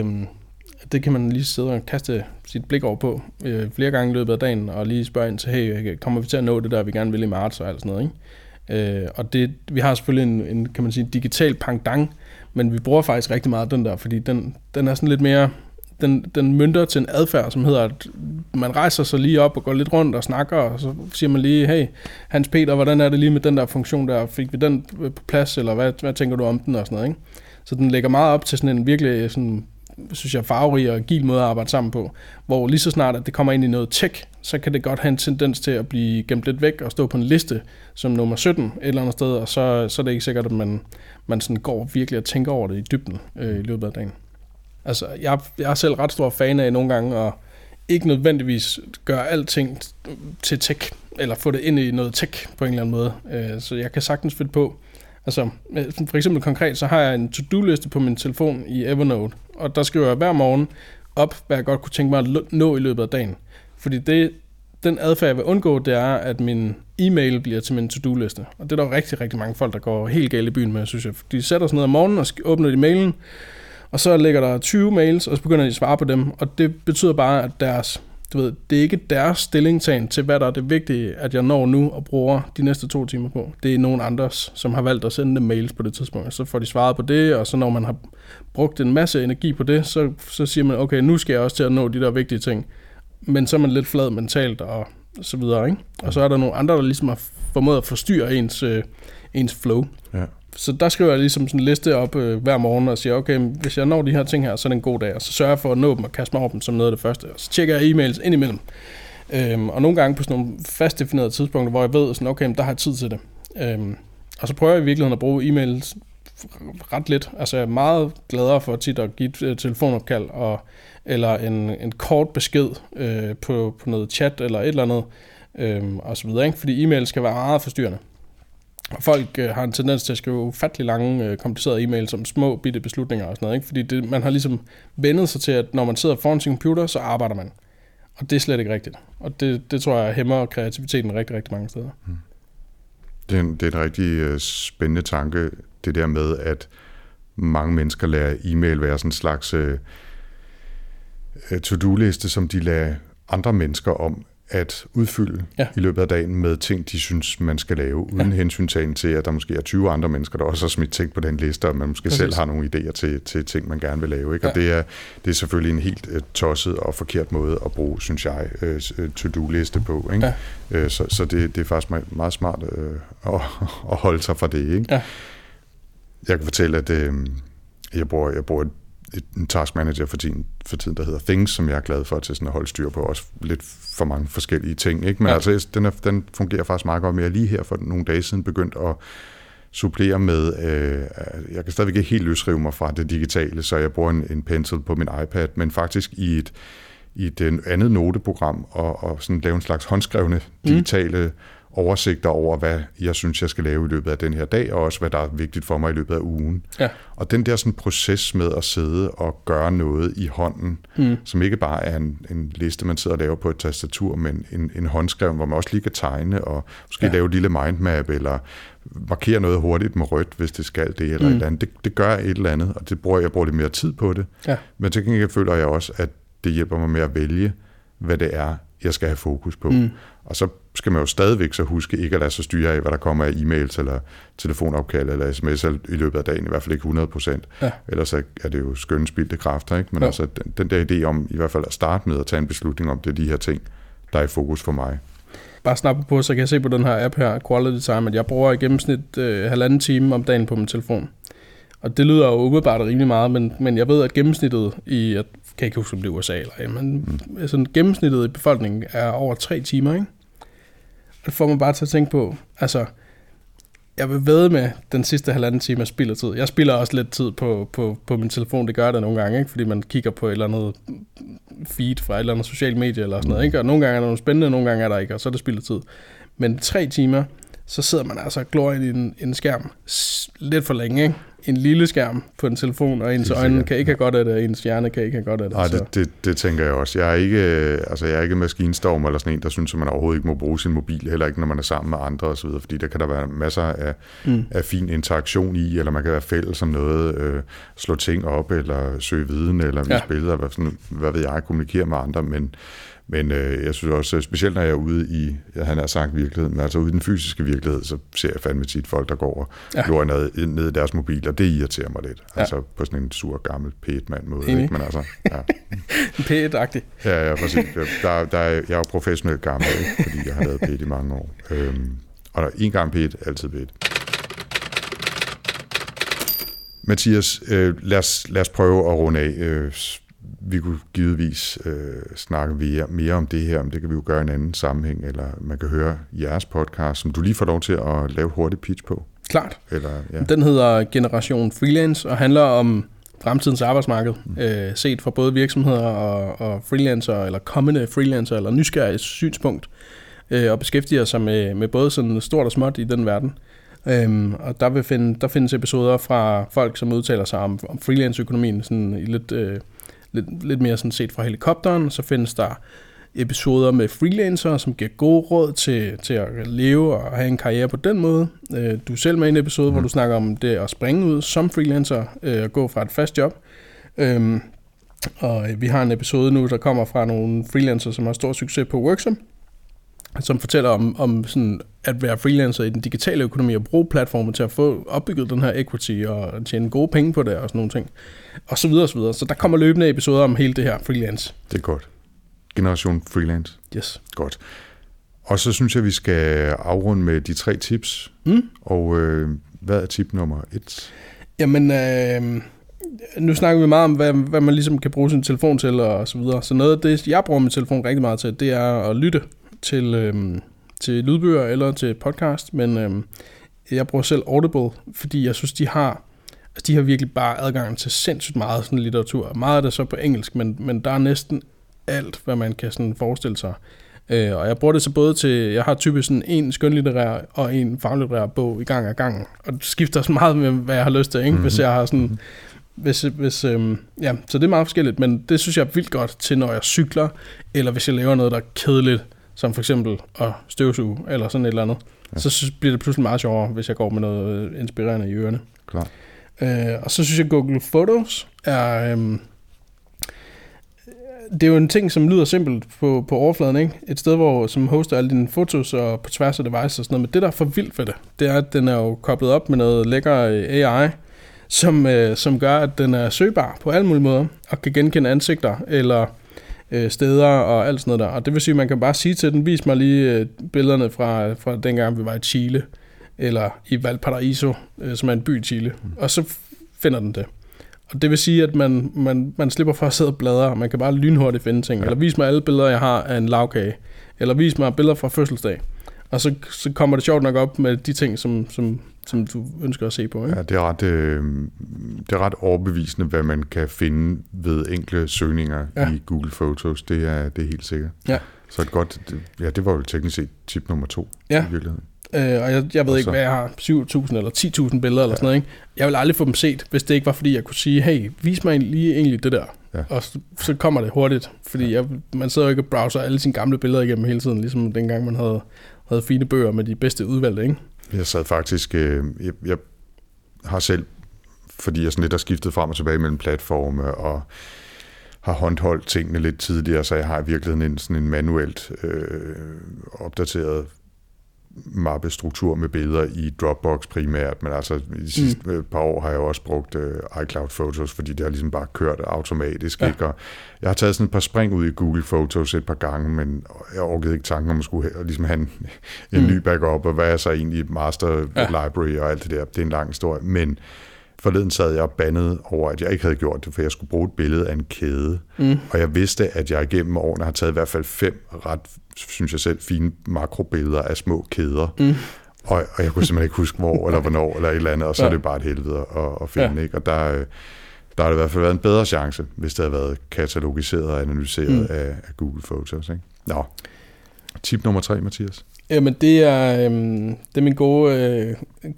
det kan man lige sidde og kaste sit blik over på flere gange i løbet af dagen, og lige spørge ind til, hey, kommer vi til at nå det der, vi gerne vil i marts, og alt sådan noget, ikke? Og vi har selvfølgelig en kan man sige, digital pendant, men vi bruger faktisk rigtig meget den der, fordi den er sådan lidt mere, den mønter til en adfærd, som hedder, at man rejser sig lige op og går lidt rundt og snakker, og så siger man lige, hey, Hans Peter, hvordan er det lige med den der funktion der, fik vi den på plads, eller hvad tænker du om den, og sådan noget, ikke? Så den lægger meget op til sådan en virkelig, sådan, synes jeg, farverig og agil måde at arbejde sammen på, hvor lige så snart, at det kommer ind i noget tech, så kan det godt have en tendens til at blive gemt lidt væk og stå på en liste som nummer 17 et eller andet sted, og så er det ikke sikkert, at man sådan går virkelig og tænker over det i dybden i løbet af dagen. Altså, jeg er selv ret stor fan af nogle gange at ikke nødvendigvis gøre alting til tech, eller få det ind i noget tech på en eller anden måde. Så jeg kan sagtens finde på, altså for eksempel konkret, så har jeg en to-do-liste på min telefon i Evernote, og der skriver jeg hver morgen op, hvad jeg godt kunne tænke mig at nå i løbet af dagen. Fordi den adfærd, jeg vil undgå, det er, at min e-mail bliver til min to-do-liste. Og det er der rigtig, rigtig mange folk, der går helt galt i byen med, synes jeg. De sætter sig ned om morgenen og åbner de mailen, og så ligger der 20 mails, og så begynder de at svare på dem. Og det betyder bare, at det er ikke deres stillingtagen til, hvad der er det vigtige, at jeg når nu og bruger de næste 2 timer på. Det er nogen andres, som har valgt at sende dem mails på det tidspunkt. Så får de svaret på det, og så når man har brugt en masse energi på det, så siger man, okay, nu skal jeg også til at nå de der vigtige ting. Men så er man lidt flad mentalt og så videre, ikke? Og så er der nogle andre, der ligesom har formået at forstyrre ens flow. Ja. Så der skriver jeg ligesom sådan en liste op hver morgen og siger, okay, hvis jeg når de her ting her, så er det en god dag. Og så sørger jeg for at nå dem og kaste mig over dem som noget af det første. Og så tjekker jeg e-mails indimellem. Og nogle gange på sådan nogle fast definerede tidspunkter, hvor jeg ved, sådan, okay, der har jeg tid til det. Og så prøver jeg i virkeligheden at bruge e-mails ret lidt. Altså jeg er meget gladere for tit at give et telefonopkald eller en kort besked på noget chat eller et eller andet og så videre, ikke? Fordi e-mails skal være meget forstyrrende. Og folk har en tendens til at skrive ufattelig lange, komplicerede e-mails om små, bitte beslutninger og sådan noget, ikke? Fordi man har ligesom vendet sig til, at når man sidder foran sin computer, så arbejder man. Og det er slet ikke rigtigt. Og det tror jeg hæmmer kreativiteten rigtig, rigtig mange steder. Det er en rigtig spændende tanke, det der med, at mange mennesker lader e-mail være sådan en slags to-do-liste, som de lader andre mennesker om at udfylde i løbet af dagen med ting, de synes, man skal lave, uden hensyntagen til, at der måske er 20 andre mennesker, der også har smidt ting på den liste, og man måske selv har nogle idéer til ting, man gerne vil lave. Ikke? Og det er selvfølgelig en helt tosset og forkert måde at bruge, synes jeg, to-do-liste på. Ikke? Ja. Så det er faktisk meget smart at holde sig fra det. Ikke? Ja. Jeg kan fortælle, at jeg bruger en task manager for tiden, der hedder Things, som jeg er glad for til sådan at holde styr på, også lidt for mange forskellige ting. Ikke? Men altså, den fungerer faktisk meget godt med. Jeg lige her for nogle dage siden begyndt at supplere med, jeg kan stadigvæk ikke helt løsrive mig fra det digitale, så jeg bruger en pencil på min iPad, men faktisk i et andet noteprogram, og sådan lave en slags håndskrevne digitale oversigter over, hvad jeg synes, jeg skal lave i løbet af den her dag, og også hvad der er vigtigt for mig i løbet af ugen. Ja. Og den der sådan proces med at sidde og gøre noget i hånden, som ikke bare er en liste, man sidder og laver på et tastatur, men en håndskreven, hvor man også lige kan tegne, og måske lave et lille mindmap, eller markere noget hurtigt med rødt, hvis det skal det, eller et eller andet. Det gør et eller andet, og jeg bruger lidt mere tid på det. Ja. Men til gengæld føler jeg også, at det hjælper mig med at vælge, hvad det er, jeg skal have fokus på. Og så skal man jo stadigvæk så huske ikke at lade sig styre af, hvad der kommer af e-mails, eller telefonopkald, eller sms'er i løbet af dagen, i hvert fald ikke 100%. Ja. Ellers er det jo skønne spildte kræfter, ikke? Men altså, den der idé om i hvert fald at starte med at tage en beslutning om, det er de her ting, der er i fokus for mig. Bare snappe på, så kan jeg se på den her app her, Quality Time, at jeg bruger i gennemsnit 1,5 time om dagen på min telefon. Og det lyder jo umiddelbart rimelig meget, men jeg ved, at gennemsnittet jeg kan ikke huske, om det er USA eller men sådan gennemsnittet i befolkningen er over 3 timer, ikke? Og det får man bare til at tænke på, altså, jeg vil vædde med den sidste 1,5 time af spildertid. Jeg spilder også lidt tid på min telefon, det gør det nogle gange, ikke? Fordi man kigger på et eller andet feed fra et eller andet social medie eller sådan noget, ikke? Og nogle gange er der noget spændende, nogle gange er der ikke, og så er det spildertid. Men 3 timer, så sidder man altså og glor i en skærm lidt for længe, ikke? En lille skærm på en telefon, og ens øjne kan ikke have godt af det, og ens hjerne kan ikke have godt af det. Nej, det tænker jeg også. Jeg er ikke maskinstorm eller sådan en, der synes, at man overhovedet ikke må bruge sin mobil, heller ikke når man er sammen med andre osv., fordi der kan der være masser af fin interaktion i, eller man kan være fælles om noget, slå ting op, eller søge viden, eller vise billeder, hvad ved jeg, kommunikere med andre, men jeg synes også, specielt når jeg er ude i, han har sagt virkeligheden, men altså ude i den fysiske virkelighed, så ser jeg fandme tit folk, der går og glor ned i deres mobiler. Det irriterer mig lidt. Ja. Altså på sådan en sur, gammel pæt-mand måde. Ikke? Men altså, ja. Pæt-agtig. Ja, præcis. Jeg er jo professionelt gammel, ikke? Fordi jeg har lavet pæt i mange år. Og der en gang pæt, altid pæt. Mathias, lad os prøve at runde af. Vi kunne givetvis snakke mere om det her, men det kan vi jo gøre i en anden sammenhæng, eller man kan høre jeres podcast, som du lige får lov til at lave hurtigt pitch på. Klart. Eller, ja. Den hedder Generation Freelance, og handler om fremtidens arbejdsmarked, set fra både virksomheder og freelancer, eller kommende freelancer, eller nysgerrige synspunkt, og beskæftiger sig med både sådan stort og småt i den verden. Og der findes episoder fra folk, som udtaler sig om freelance-økonomien, sådan i lidt mere sådan set fra helikopteren. Så findes der episoder med freelancer, som giver gode råd til at leve og have en karriere på den måde. Du er selv med i en episode, hvor du snakker om det at springe ud som freelancer og gå fra et fast job. Og vi har en episode nu, der kommer fra nogle freelancer, som har stor succes på Worksom, som fortæller om sådan at være freelancer i den digitale økonomi og bruge platformen til at få opbygget den her equity og tjene gode penge på det og sådan nogle ting. Og så videre og så videre. Så der kommer løbende episoder om hele det her freelance. Det er godt. Generation freelance. Yes. Godt. Og så synes jeg, vi skal afrunde med de 3 tips. Og hvad er tip nummer 1? Jamen, nu snakker vi meget om, hvad man ligesom kan bruge sin telefon til og så videre. Så noget af det, jeg bruger min telefon rigtig meget til, det er at lytte til lydbøger eller til podcast, men jeg bruger selv Audible, fordi jeg synes, de har virkelig bare adgang til sindssygt meget sådan litteratur. Meget af det så på engelsk, men der er næsten alt, hvad man kan sådan forestille sig. Og jeg bruger det så både til, jeg har typisk sådan en skønlitterær og en faglitterær bog i gang af gangen, og det skifter så meget med, hvad jeg har lyst til, ikke? Hvis jeg har sådan... ja, så det er meget forskelligt, men det synes jeg er vildt godt til, når jeg cykler, eller hvis jeg laver noget, der er kedeligt, som for eksempel at støvsuge, eller sådan et eller andet. Ja. Så bliver det pludselig meget sjovere, hvis jeg går med noget inspirerende i ørerne. Klar. Og så synes jeg, Google Photos er... det er jo en ting, som lyder simpelt på overfladen, ikke? Et sted, som hoster alle dine fotos og på tværs af devices og sådan noget, men det, der er for vildt ved det, det er, at den er jo koblet op med noget lækker AI, som gør, at den er søgbar på alle mulige måder, og kan genkende ansigter, eller steder og alt sådan noget der. Og det vil sige, at man kan bare sige til den, vis mig lige billederne fra dengang, vi var i Chile, eller i Valparaiso, som er en by i Chile, og så finder den det. Og det vil sige, at man slipper for at sidde og bladre, og man kan bare lynhurtigt finde ting. Ja. Eller vis mig alle billeder, jeg har af en lavkage. Eller vis mig billeder fra fødselsdag. Og så kommer det sjovt nok op med de ting, som du ønsker at se på. Ikke? Ja, det er ret overbevisende, hvad man kan finde ved enkle søgninger i Google Photos. Det er helt sikkert. Ja. Så et godt, det var jo teknisk set tip nummer 2 i virkeligheden. Og jeg ved ikke, hvad jeg har, 7.000 eller 10.000 billeder eller sådan noget. Ikke? Jeg vil aldrig få dem set, hvis det ikke var, fordi jeg kunne sige, hey, vis mig lige egentlig det der. Ja. Og så kommer det hurtigt, fordi man sidder jo ikke og browser alle sine gamle billeder igennem hele tiden, ligesom dengang man havde fine bøger med de bedste udvalgte, ikke? Jeg sad faktisk, jeg har selv, fordi jeg sådan lidt har skiftet frem og tilbage mellem platforme og har håndholdt tingene lidt tidligere, så jeg har i virkeligheden sådan en manuelt opdateret mappestruktur med billeder i Dropbox primært, men altså i de sidste par år har jeg også brugt iCloud Photos, fordi det har ligesom bare kørt automatisk. Ikke? Og jeg har taget sådan et par spring ud i Google Photos et par gange, men jeg orkede ikke tanken om at skulle ligesom have en ny backup, og hvad er så egentlig et master library og alt det der. Det er en lang historie, men forleden sad jeg bandet over, at jeg ikke havde gjort det, for jeg skulle bruge et billede af en kæde. Og jeg vidste, at jeg igennem årene har taget i hvert fald 5 ret, synes jeg selv, fine makrobilleder af små kæder. Og jeg kunne simpelthen ikke huske, hvor eller hvornår eller et eller andet, og så er det bare et helvede at finde. Ikke? Og der har det i hvert fald været en bedre chance, hvis det havde været katalogiseret og analyseret af Google Photos. Ikke? Nå. Tip nummer 3, Mathias. Jamen, det er min gode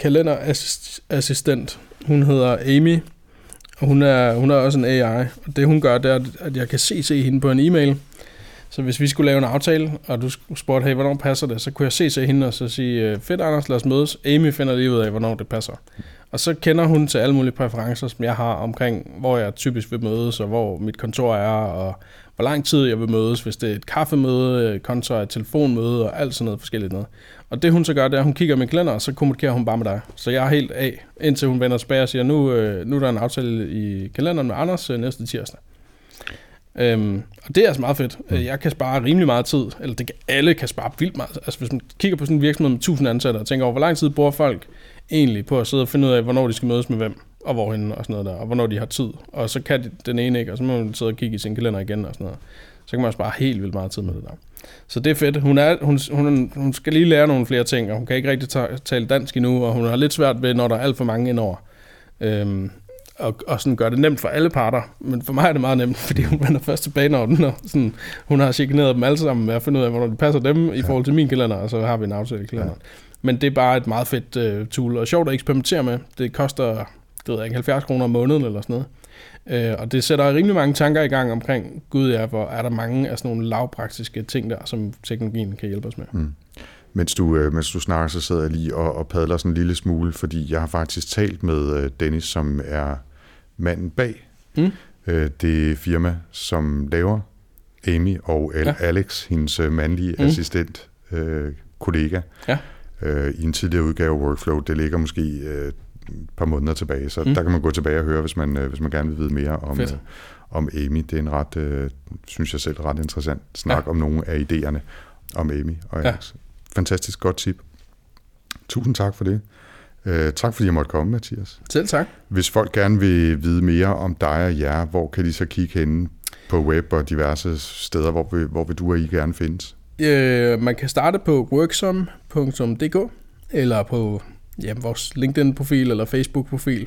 kalenderassistent. Hun hedder Amy, og hun er også en AI. Og det hun gør, det er, at jeg kan se hende på en e-mail. Så hvis vi skulle lave en aftale, og du spurgte, hey, hvornår passer det, så kunne jeg se hende og så sige, fedt Anders, lad os mødes. Amy finder lige ud af, hvornår det passer. Og så kender hun til alle mulige præferencer, som jeg har omkring, hvor jeg typisk vil mødes, og hvor mit kontor er, og hvor lang tid jeg vil mødes, hvis det er et kaffemøde, kontra et telefonmøde, og alt sådan noget forskelligt noget. Og det hun så gør, det er, at hun kigger i min kalender, og så kommunikerer hun bare med dig. Så jeg er helt af, indtil hun vender tilbage og siger, nu er der en aftale i kalenderen med Anders næste tirsdag. Og det er altså meget fedt. Jeg kan spare rimelig meget tid, eller alle kan spare vildt meget. Altså hvis man kigger på sådan en virksomhed med 1000 ansatte, og tænker over, hvor lang tid bruger folk egentlig på at sidde og finde ud af, hvornår de skal mødes med hvem, og hvorhenne, og sådan noget der, og hvornår de har tid. Og så kan den ene ikke, og så må man sidde og kigge i sin kalender igen, og sådan noget. Så kan man spare helt vildt meget tid med det der. Så det er fedt. Hun skal lige lære nogle flere ting, og hun kan ikke rigtig tale dansk endnu, og hun har lidt svært ved, når der er alt for mange indover. Og sådan gør det nemt for alle parter, men for mig er det meget nemt, fordi hun vender først tilbage, når sådan, hun har chikaneret dem alle sammen med at finde ud af, hvornår det passer dem i forhold til min kalender, og så har vi en aftale i kalenderen. Men det er bare et meget fedt tool, og sjovt at eksperimentere med. Det koster, det ved jeg ikke, 70 kroner om måneden eller sådan noget. Og det sætter rimelig mange tanker i gang omkring, hvor er der mange af sådan nogle lavpraktiske ting der, som teknologien kan hjælpe os med. Mens du snakker, så sidder jeg lige og padler sådan en lille smule, fordi jeg har faktisk talt med Dennis, som er manden bag det firma, som laver Amy og Alex, hendes mandlige assistent, kollega, i en tidligere udgave af Workflow. Det ligger måske et par måneder tilbage, så der kan man gå tilbage og høre, hvis man gerne vil vide mere om Amy. Det er en ret, synes jeg selv, ret interessant snak om nogle af idéerne om Amy og Alex. Fantastisk godt tip. Tusind tak for det. Tak fordi jeg måtte komme, Mathias. Selv tak. Hvis folk gerne vil vide mere om dig og jer, hvor kan de så kigge henne på web og diverse steder, hvor vil du og I gerne findes? Man kan starte på worksom.dk eller på vores LinkedIn-profil eller Facebook-profil.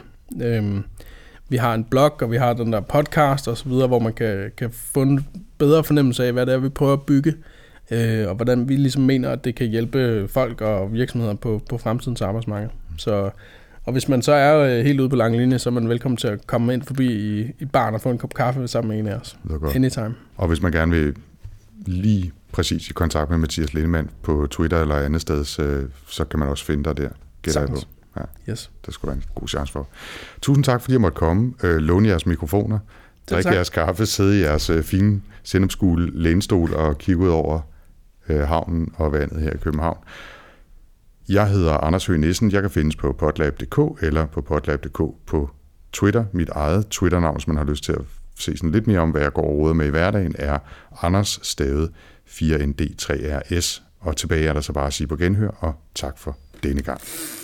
Vi har en blog, og vi har den der podcast og så videre, hvor man kan få en bedre fornemmelse af, hvad det er, vi prøver at bygge, og hvordan vi ligesom mener, at det kan hjælpe folk og virksomheder på fremtidens arbejdsmarked. Og hvis man så er helt ude på lang linje, så er man velkommen til at komme ind forbi i baren og få en kop kaffe sammen med en af os. Anytime. Og hvis man gerne vil lige præcis i kontakt med Mathias Lindemann på Twitter eller andet sted, så kan man også finde dig der. Gætter jeg på. Ja, yes. Det skulle være en god chance for. Tusind tak, fordi jeg måtte komme. Låne jeres mikrofoner. Drikke jeres kaffe. Sidde i jeres fine sennepsgule lænestol og kigge ud over havnen og vandet her i København. Jeg hedder Anders Høgh Nissen. Jeg kan findes på potlab.dk eller på potlab.dk på Twitter. Mit eget Twitter-navn, hvis man har lyst til at se sådan lidt mere om, hvad jeg går over med i hverdagen, er Anders stavet 4ND3RS. Og tilbage er der så bare at sige på genhør, og tak for denne gang.